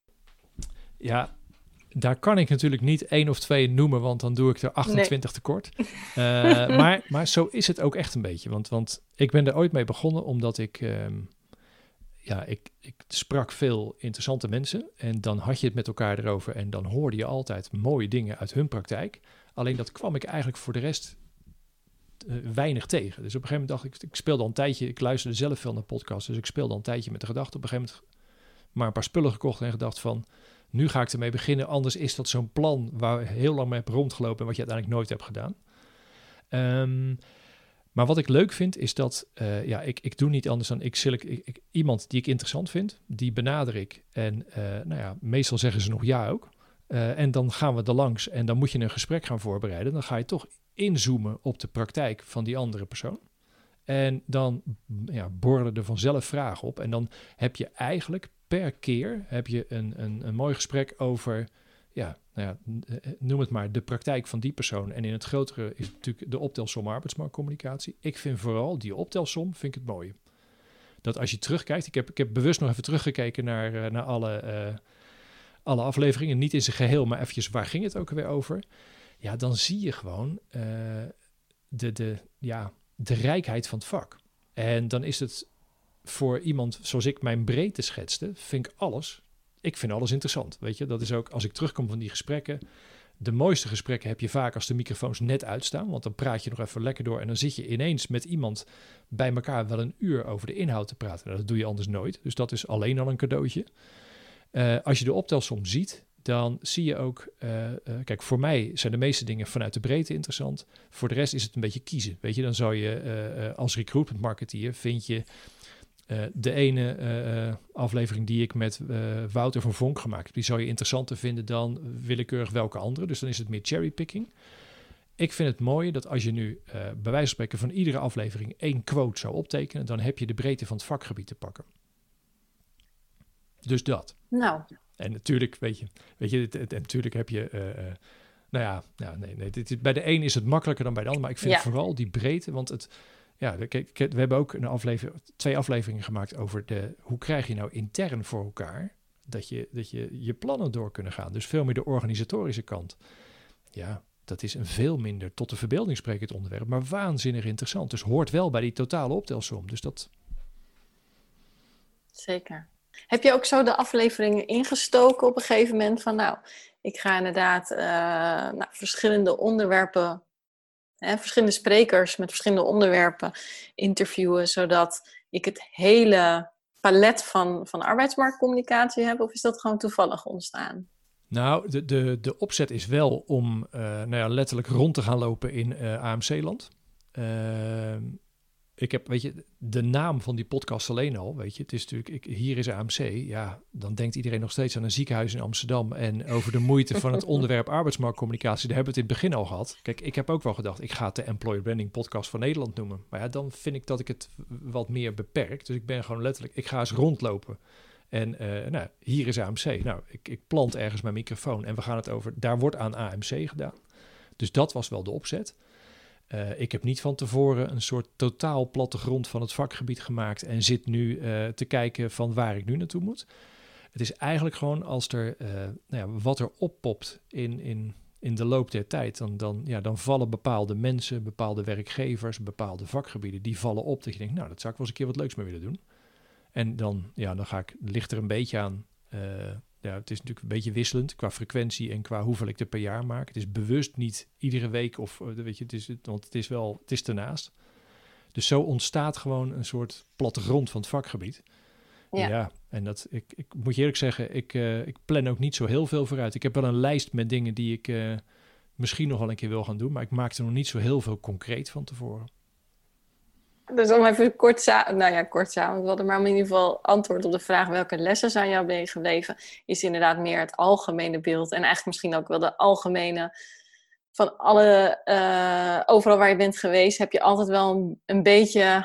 Ja, daar kan ik natuurlijk niet één of twee noemen, want dan doe ik er achtentwintig nee. tekort. Uh, maar, maar zo is het ook echt een beetje. Want, want ik ben er ooit mee begonnen omdat ik... Um, ja, ik, ik sprak veel interessante mensen en dan had je het met elkaar erover en dan hoorde je altijd mooie dingen uit hun praktijk. Alleen dat kwam ik eigenlijk voor de rest uh, weinig tegen. Dus op een gegeven moment dacht ik, ik speelde al een tijdje, ik luisterde zelf veel naar podcasts, dus ik speelde al een tijdje met de gedachte op een gegeven moment maar een paar spullen gekocht en gedacht van, nu ga ik ermee beginnen, anders is dat zo'n plan waar ik heel lang mee heb rondgelopen en wat je uiteindelijk nooit hebt gedaan. Um, Maar wat ik leuk vind is dat, uh, ja, ik, ik doe niet anders dan, ik select, ik, ik, iemand die ik interessant vind, die benader ik. En uh, nou ja, meestal zeggen ze nog ja ook. Uh, en dan gaan we er langs en dan moet je een gesprek gaan voorbereiden. Dan ga je toch inzoomen op de praktijk van die andere persoon. En dan ja, borrelen er vanzelf vragen op. En dan heb je eigenlijk per keer heb je een, een, een mooi gesprek over... Ja, nou ja, noem het maar de praktijk van die persoon. En in het grotere is natuurlijk de optelsom arbeidsmarktcommunicatie. Ik vind vooral die optelsom, vind ik het mooie. Dat als je terugkijkt, ik heb, ik heb bewust nog even teruggekeken naar, uh, naar alle, uh, alle afleveringen. Niet in zijn geheel, maar eventjes waar ging het ook weer over. Ja, dan zie je gewoon uh, de, de, ja, de rijkheid van het vak. En dan is het voor iemand zoals ik mijn breedte schetste, vind ik alles... Ik vind alles interessant, weet je. Dat is ook, als ik terugkom van die gesprekken... De mooiste gesprekken heb je vaak als de microfoons net uitstaan. Want dan praat je nog even lekker door. En dan zit je ineens met iemand bij elkaar wel een uur over de inhoud te praten. Nou, dat doe je anders nooit. Dus dat is alleen al een cadeautje. Uh, als je de optelsom ziet, dan zie je ook... Uh, uh, kijk, voor mij zijn de meeste dingen vanuit de breedte interessant. Voor de rest is het een beetje kiezen. Weet je, dan zou je uh, uh, als recruitment marketeer vind je... Uh, de ene uh, aflevering die ik met uh, Wouter van Vonk gemaakt heb, die zou je interessanter vinden dan willekeurig welke andere. Dus dan is het meer cherrypicking. Ik vind het mooie dat als je nu uh, bij wijze van spreken van iedere aflevering één quote zou optekenen, dan heb je de breedte van het vakgebied te pakken. Dus dat. Nou. En natuurlijk, weet je, weet je het, het, het, natuurlijk heb je... Uh, uh, nou ja, ja nee, nee, dit, dit, bij de een is het makkelijker dan bij de ander, maar ik vind ja. vooral die breedte, want het... Ja, kijk, we hebben ook een aflevering, twee afleveringen gemaakt over de, hoe krijg je nou intern voor elkaar dat je, dat je je plannen door kunnen gaan. Dus veel meer de organisatorische kant. Ja, dat is een veel minder tot de verbeelding sprekend onderwerp, maar waanzinnig interessant. Dus hoort wel bij die totale optelsom. Dus dat... Zeker. Heb je ook zo de afleveringen ingestoken op een gegeven moment van nou, ik ga inderdaad uh, nou, verschillende onderwerpen... Hè, verschillende sprekers met verschillende onderwerpen interviewen, zodat ik het hele palet van, van arbeidsmarktcommunicatie heb? Of is dat gewoon toevallig ontstaan? Nou, de, de, de opzet is wel om uh, nou ja, letterlijk rond te gaan lopen in uh, A M C-land. Uh, ik heb, weet je, de naam van die podcast alleen al, weet je, het is natuurlijk, ik, hier is A M C, ja, dan denkt iedereen nog steeds aan een ziekenhuis in Amsterdam en over de moeite van het onderwerp arbeidsmarktcommunicatie, daar hebben we het in het begin al gehad. Kijk, ik heb ook wel gedacht, ik ga het de Employer Branding Podcast van Nederland noemen, maar ja, dan vind ik dat ik het wat meer beperk, dus ik ben gewoon letterlijk, ik ga eens rondlopen en uh, nou, hier is A M C, nou, ik, ik plant ergens mijn microfoon en we gaan het over, daar wordt aan A M C gedaan, dus dat was wel de opzet. Uh, ik heb niet van tevoren een soort totaal plattegrond van het vakgebied gemaakt en zit nu uh, te kijken van waar ik nu naartoe moet. Het is eigenlijk gewoon als er uh, nou ja, wat er oppopt in, in, in de loop der tijd, dan, dan, ja, dan vallen bepaalde mensen, bepaalde werkgevers, bepaalde vakgebieden, die vallen op dat je denkt, nou, dat zou ik wel eens een keer wat leuks mee willen doen. En dan, ja, dan ga ik, ligt er een beetje aan... Uh, Ja, het is natuurlijk een beetje wisselend qua frequentie en qua hoeveel ik er per jaar maak. Het is bewust niet iedere week of weet je, het is, want het is wel, het is ernaast. Dus zo ontstaat gewoon een soort plattegrond van het vakgebied. Ja, ja en dat, ik, ik moet je eerlijk zeggen, ik, uh, ik plan ook niet zo heel veel vooruit. Ik heb wel een lijst met dingen die ik uh, misschien nog wel een keer wil gaan doen, maar ik maak er nog niet zo heel veel concreet van tevoren. Dus om even kort samen, nou ja, kort samen, maar in ieder geval antwoord op de vraag welke lessen zijn jou meegebleven, is inderdaad meer het algemene beeld en eigenlijk misschien ook wel de algemene van alle, uh, overal waar je bent geweest, heb je altijd wel een, een beetje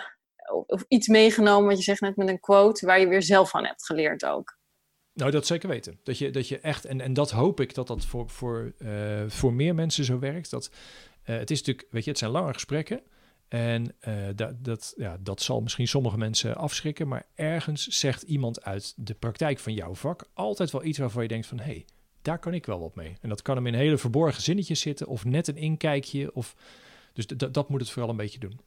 of, of iets meegenomen, wat je zegt net met een quote, waar je weer zelf van hebt geleerd ook? Nou, dat zeker weten. Dat je, dat je echt, en, en dat hoop ik dat dat voor, voor, uh, voor meer mensen zo werkt. Dat, uh, het is natuurlijk, weet je, het zijn lange gesprekken. En uh, dat, dat, ja, dat zal misschien sommige mensen afschrikken. Maar ergens zegt iemand uit de praktijk van jouw vak altijd wel iets waarvan je denkt van, hé, hey, daar kan ik wel wat mee. En dat kan hem in hele verborgen zinnetjes zitten of net een inkijkje. Of, dus d- d- dat moet het vooral een beetje doen.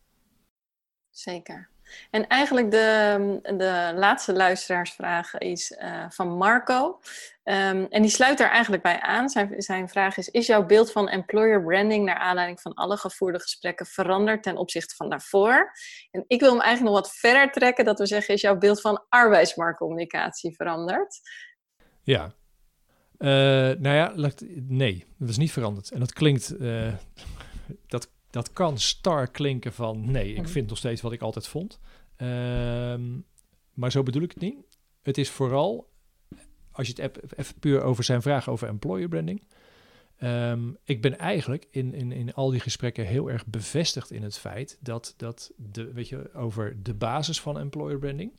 Zeker. En eigenlijk de, de laatste luisteraarsvraag is uh, van Marco. Um, en die sluit er eigenlijk bij aan. Zijn, zijn vraag is, is jouw beeld van employer branding naar aanleiding van alle gevoerde gesprekken veranderd ten opzichte van daarvoor? En ik wil hem eigenlijk nog wat verder trekken, dat we zeggen, is jouw beeld van arbeidsmarktcommunicatie veranderd? Ja. Uh, nou ja, nee, dat is niet veranderd. En dat klinkt, uh, dat Dat kan star klinken van, nee, ik vind nog steeds wat ik altijd vond. Um, maar zo bedoel ik het niet. Het is vooral, als je het even puur over zijn vraag over employer branding. Um, ik ben eigenlijk in, in, in al die gesprekken heel erg bevestigd in het feit dat, dat de, weet je, over de basis van employer branding,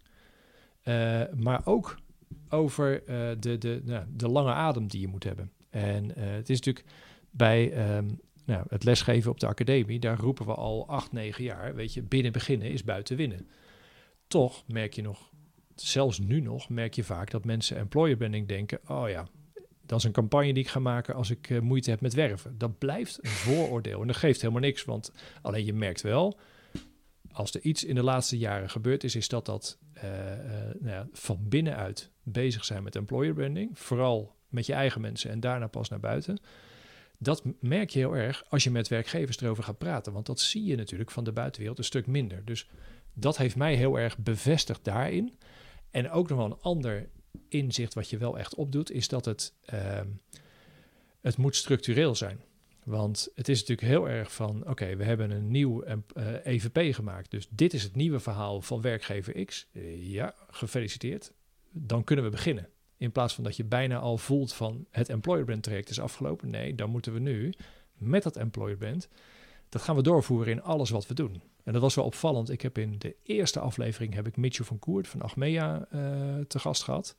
uh, maar ook over uh, de, de, nou, de lange adem die je moet hebben. En uh, het is natuurlijk bij um, nou, het lesgeven op de academie, daar roepen we al acht, negen jaar, weet je, binnen beginnen is buiten winnen. Toch merk je nog, zelfs nu nog, merk je vaak dat mensen employer branding denken, oh ja, dat is een campagne die ik ga maken als ik uh, moeite heb met werven. Dat blijft een vooroordeel en dat geeft helemaal niks, want alleen je merkt wel, als er iets in de laatste jaren gebeurd is, is dat dat uh, uh, nou ja, van binnenuit bezig zijn met employer branding, vooral met je eigen mensen en daarna pas naar buiten. Dat merk je heel erg als je met werkgevers erover gaat praten, want dat zie je natuurlijk van de buitenwereld een stuk minder. Dus dat heeft mij heel erg bevestigd daarin. En ook nog wel een ander inzicht wat je wel echt opdoet, is dat het, uh, het moet structureel zijn. Want het is natuurlijk heel erg van, oké, okay, we hebben een nieuw uh, E V P gemaakt. Dus dit is het nieuwe verhaal van werkgever X. Uh, ja, gefeliciteerd. Dan kunnen we beginnen. In plaats van dat je bijna al voelt van het employer brand traject is afgelopen. Nee, dan moeten we nu met dat employer brand, dat gaan we doorvoeren in alles wat we doen. En dat was wel opvallend. Ik heb in de eerste aflevering heb ik Mitchell van Koert van Achmea uh, te gast gehad.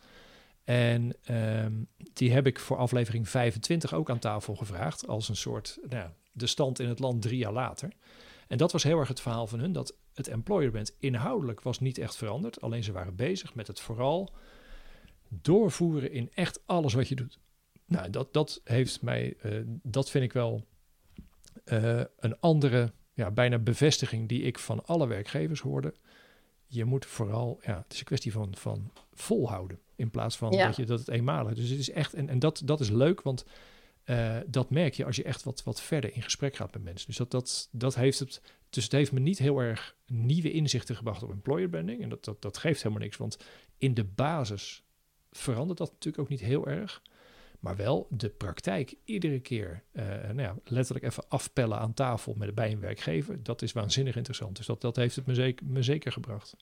En um, die heb ik voor aflevering vijfentwintig ook aan tafel gevraagd. Als een soort, nou, de stand in het land drie jaar later. En dat was heel erg het verhaal van hun. Dat het employer brand inhoudelijk was niet echt veranderd. Alleen ze waren bezig met het vooral doorvoeren in echt alles wat je doet. Nou, dat, dat heeft mij, uh, dat vind ik wel uh, een andere, ja, bijna bevestiging die ik van alle werkgevers hoorde. Je moet vooral, ja, het is een kwestie van, van volhouden in plaats van ja. dat je dat het eenmalig. Dus het is echt, en, en dat, dat is leuk, want uh, dat merk je als je echt wat, wat verder in gesprek gaat met mensen. Dus dat, dat, dat heeft het, dus het heeft me niet heel erg nieuwe inzichten gebracht op employer branding. En dat, dat, dat geeft helemaal niks, want in de basis verandert dat natuurlijk ook niet heel erg. Maar wel de praktijk iedere keer uh, nou ja, letterlijk even afpellen aan tafel met, bij een werkgever. Dat is waanzinnig interessant. Dus dat, dat heeft het me zeker, me zeker gebracht.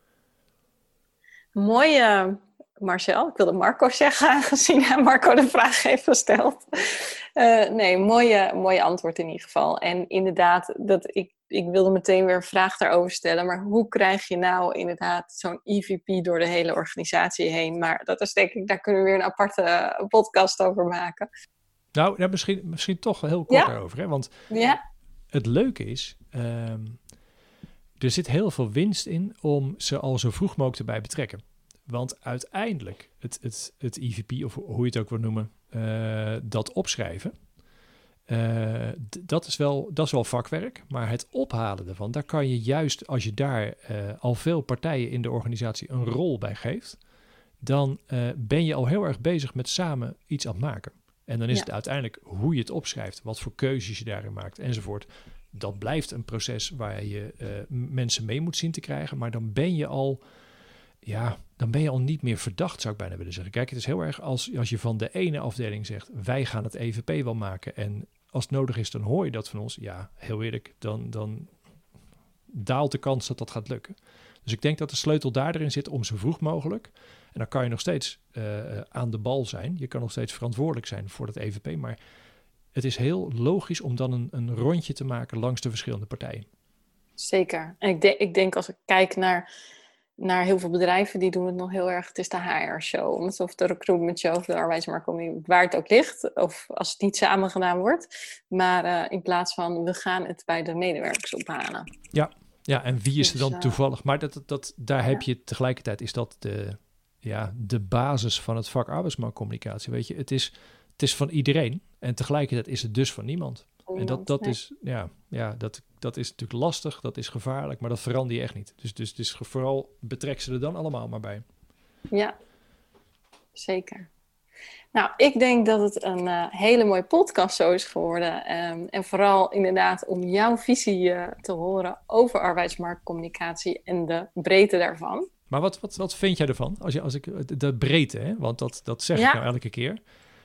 Mooi, uh, Marcel. Ik wilde Marco zeggen, aangezien Marco de vraag heeft gesteld. Uh, nee, mooie, mooie antwoord in ieder geval. En inderdaad, dat ik, ik wilde meteen weer een vraag daarover stellen. Maar hoe krijg je nou inderdaad zo'n E V P door de hele organisatie heen? Maar dat is denk ik, daar kunnen we weer een aparte podcast over maken. Nou, ja, misschien, misschien toch heel kort ja. daarover. Hè? Want ja. het leuke is, um, er zit heel veel winst in om ze al zo vroeg mogelijk erbij betrekken. Want uiteindelijk, het, het, het E V P, of hoe je het ook wil noemen, uh, dat opschrijven, uh, d- dat, is wel, dat is wel vakwerk. Maar het ophalen ervan, daar kan je juist, als je daar uh, al veel partijen in de organisatie een rol bij geeft, dan uh, ben je al heel erg bezig met samen iets aan het maken. En dan is ja. het uiteindelijk hoe je het opschrijft, wat voor keuzes je daarin maakt, enzovoort. Dat blijft een proces waar je uh, mensen mee moet zien te krijgen, maar dan ben je al... Ja, dan ben je al niet meer verdacht, zou ik bijna willen zeggen. Kijk, het is heel erg als, als je van de ene afdeling zegt, wij gaan het E V P wel maken. En als het nodig is, dan hoor je dat van ons. Ja, heel eerlijk, dan, dan daalt de kans dat dat gaat lukken. Dus ik denk dat de sleutel daarin zit om zo vroeg mogelijk. En dan kan je nog steeds uh, aan de bal zijn. Je kan nog steeds verantwoordelijk zijn voor dat E V P. Maar het is heel logisch om dan een, een rondje te maken langs de verschillende partijen. Zeker. En ik, de, ik denk als ik kijk naar, naar heel veel bedrijven, die doen het nog heel erg, het is de H R-show. Of de recruitment show of de arbeidsmarktcommunicatie, waar het ook ligt. Of als het niet samen gedaan wordt. Maar uh, in plaats van, we gaan het bij de medewerkers ophalen. Ja, ja, en wie is Dus, er dan uh, toevallig? Maar dat, dat, dat, daar ja. heb je tegelijkertijd, is dat de, ja, de basis van het vak arbeidsmarktcommunicatie. Weet je, het is, het is van iedereen en tegelijkertijd is het dus van niemand. En dat, dat, nee. is, ja, ja, dat, dat is natuurlijk lastig, dat is gevaarlijk, maar dat verander je echt niet. Dus, dus, dus vooral betrek ze er dan allemaal maar bij. Ja, zeker. Nou, ik denk dat het een uh, hele mooie podcast zo is geworden. Um, en vooral inderdaad om jouw visie uh, te horen over arbeidsmarktcommunicatie en de breedte daarvan. Maar wat, wat, wat vind jij ervan? Als, je, als ik, de breedte, hè? Want dat, dat zeg ja. ik nou elke keer.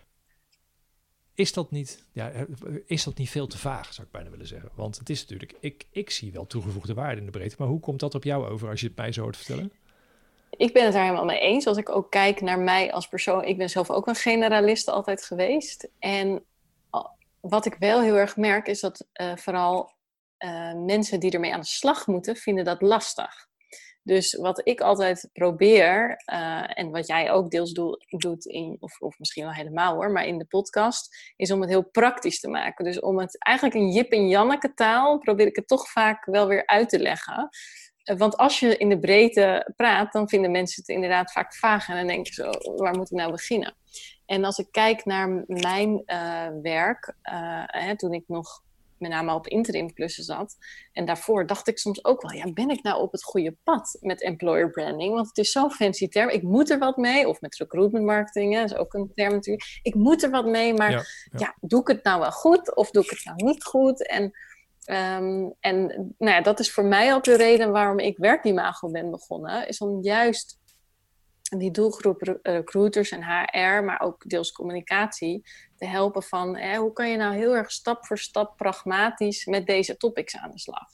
Is dat, niet, ja, is dat niet veel te vaag, zou ik bijna willen zeggen? Want het is natuurlijk, ik, ik zie wel toegevoegde waarde in de breedte. Maar hoe komt dat op jou over als je het mij zo hoort vertellen? Ik ben het daar helemaal mee eens. Als ik ook kijk naar mij als persoon. Ik ben zelf ook een generalist altijd geweest. En wat ik wel heel erg merk is dat uh, vooral uh, mensen die ermee aan de slag moeten, vinden dat lastig. Dus wat ik altijd probeer, uh, en wat jij ook deels doe, doet, in, of, of misschien wel helemaal hoor, maar in de podcast, is om het heel praktisch te maken. Dus om het eigenlijk in Jip en Janneke taal, probeer ik het toch vaak wel weer uit te leggen. Uh, want als je in de breedte praat, dan vinden mensen het inderdaad vaak vaag. En dan denk je zo, waar moet ik nou beginnen? En als ik kijk naar mijn uh, werk, uh, hè, toen ik nog met name op interim klussen zat. En daarvoor dacht ik soms ook wel, ja, ben ik nou op het goede pad met employer branding? Want het is zo'n fancy term. Ik moet er wat mee. Of met recruitment marketing, hè, is ook een term natuurlijk. Ik moet er wat mee, maar ja, ja. Ja, doe ik het nou wel goed? Of doe ik het nou niet goed? En, um, en nou ja, dat is voor mij ook de reden waarom ik Werkimago ben begonnen. Is om juist die doelgroep recruiters en H R, maar ook deels communicatie, te helpen van hè, hoe kan je nou heel erg stap voor stap pragmatisch met deze topics aan de slag.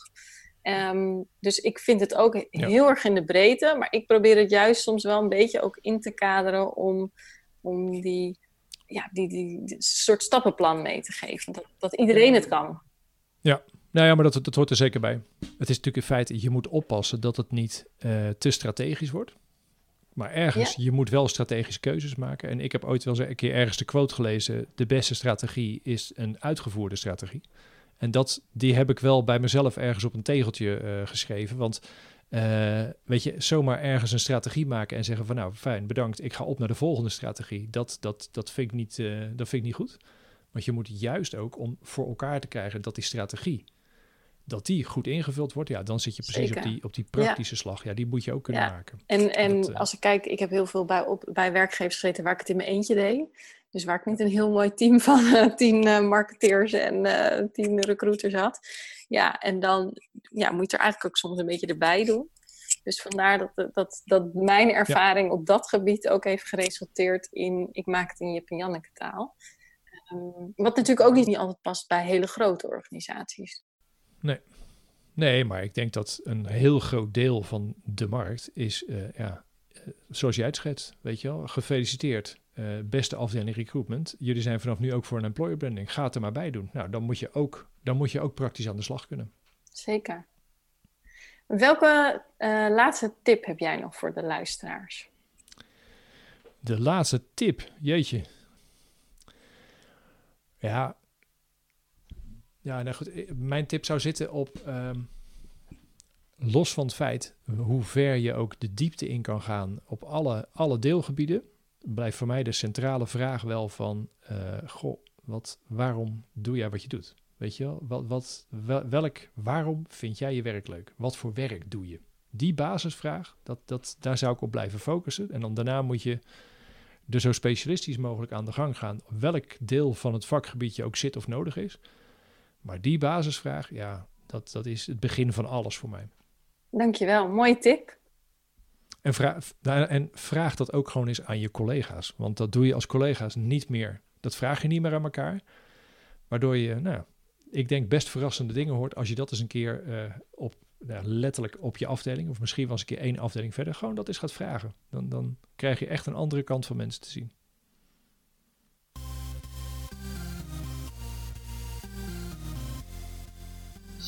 Um, dus ik vind het ook heel ja. erg in de breedte, maar ik probeer het juist soms wel een beetje ook in te kaderen om, om die, ja, die, die, die soort stappenplan mee te geven. Dat, dat iedereen het kan. Ja. Nou ja, maar dat, dat hoort er zeker bij. Het is natuurlijk in feite, je moet oppassen dat het niet uh, te strategisch wordt. Maar ergens, ja. je moet wel strategische keuzes maken. En ik heb ooit wel eens een keer ergens de quote gelezen. De beste strategie is een uitgevoerde strategie. En dat, die heb ik wel bij mezelf ergens op een tegeltje uh, geschreven. Want uh, weet je, zomaar ergens een strategie maken en zeggen van nou fijn, bedankt, ik ga op naar de volgende strategie. Dat, dat, dat, vind ik niet, uh, dat vind ik niet goed. Want je moet juist ook om voor elkaar te krijgen dat die strategie, dat die goed ingevuld wordt, ja, dan zit je precies op die, op die praktische ja. slag. Ja, die moet je ook kunnen ja. maken. En, en dat, uh, als ik kijk, ik heb heel veel bij, op, bij werkgevers gezeten waar ik het in mijn eentje deed. Dus waar ik niet een heel mooi team van uh, tien uh, marketeers en uh, tien recruiters had. Ja, en dan ja, moet je er eigenlijk ook soms een beetje erbij doen. Dus vandaar dat, dat, dat mijn ervaring ja. op dat gebied ook heeft geresulteerd in, ik maak het in Jip en Janneke taal. Um, wat natuurlijk ook niet, niet altijd past bij hele grote organisaties. Nee. nee, maar ik denk dat een heel groot deel van de markt is, uh, ja, uh, zoals jij het schetst, weet je wel, gefeliciteerd. Uh, beste afdeling recruitment. Jullie zijn vanaf nu ook voor een employer branding. Ga het er maar bij doen. Nou, dan moet je ook, dan moet je ook praktisch aan de slag kunnen. Zeker. Welke uh, laatste tip heb jij nog voor de luisteraars? De laatste tip, jeetje. Ja, ja, nou goed. Mijn tip zou zitten op, um, los van het feit hoe ver je ook de diepte in kan gaan op alle, alle deelgebieden, blijft voor mij de centrale vraag wel van, uh, goh, wat, waarom doe jij wat je doet? Weet je wel, wat, wat, welk, waarom vind jij je werk leuk? Wat voor werk doe je? Die basisvraag, dat, dat, daar zou ik op blijven focussen. En dan daarna moet je er zo specialistisch mogelijk aan de gang gaan. Welk deel van het vakgebied je ook zit of nodig is. Maar die basisvraag, ja, dat, dat is het begin van alles voor mij. Dankjewel, mooie tip. En vraag, en vraag dat ook gewoon eens aan je collega's. Want dat doe je als collega's niet meer. Dat vraag je niet meer aan elkaar. Waardoor je, nou, ik denk best verrassende dingen hoort als je dat eens een keer uh, op, nou, letterlijk op je afdeling, of misschien wel eens een keer één afdeling verder, gewoon dat eens gaat vragen. Dan, dan krijg je echt een andere kant van mensen te zien.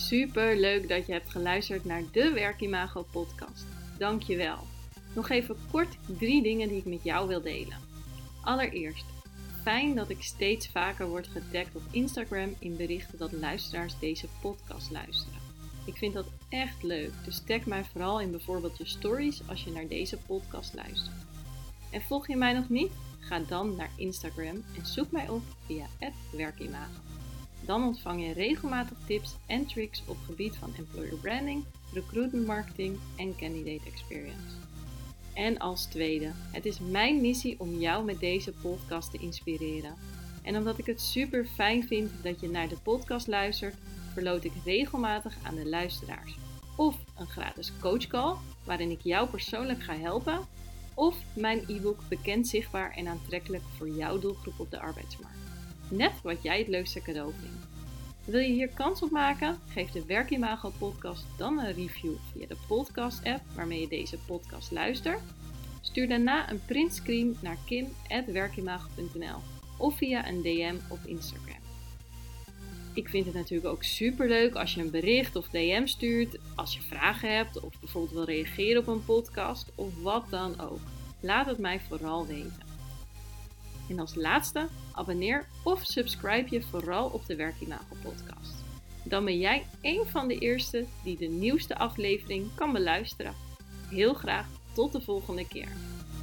super leuk dat je hebt geluisterd naar de Werkimago podcast. Dank je wel. Nog even kort drie dingen die ik met jou wil delen. Allereerst, fijn dat ik steeds vaker word getagd op Instagram in berichten dat luisteraars deze podcast luisteren. Ik vind dat echt leuk, dus tag mij vooral in bijvoorbeeld je stories als je naar deze podcast luistert. En volg je mij nog niet? Ga dan naar Instagram en zoek mij op via at werkimago. Dan ontvang je regelmatig tips en tricks op gebied van employer branding, recruitment marketing en candidate experience. En als tweede, het is mijn missie om jou met deze podcast te inspireren. En omdat ik het super fijn vind dat je naar de podcast luistert, verloot ik regelmatig aan de luisteraars. Of een gratis coachcall, waarin ik jou persoonlijk ga helpen. Of mijn e-book Bekend, Zichtbaar en Aantrekkelijk voor jouw doelgroep op de arbeidsmarkt. Net wat jij het leukste cadeau vindt. Wil je hier kans op maken? Geef de Werkimago podcast dan een review via de podcast app waarmee je deze podcast luistert. Stuur daarna een printscreen naar kim at werkimago punt n l of via een D M op Instagram. Ik vind het natuurlijk ook super leuk als je een bericht of D M stuurt, als je vragen hebt of bijvoorbeeld wil reageren op een podcast of wat dan ook. Laat het mij vooral weten. En als laatste, abonneer of subscribe je vooral op de Werkimago podcast. Dan ben jij een van de eerste die de nieuwste aflevering kan beluisteren. Heel graag tot de volgende keer.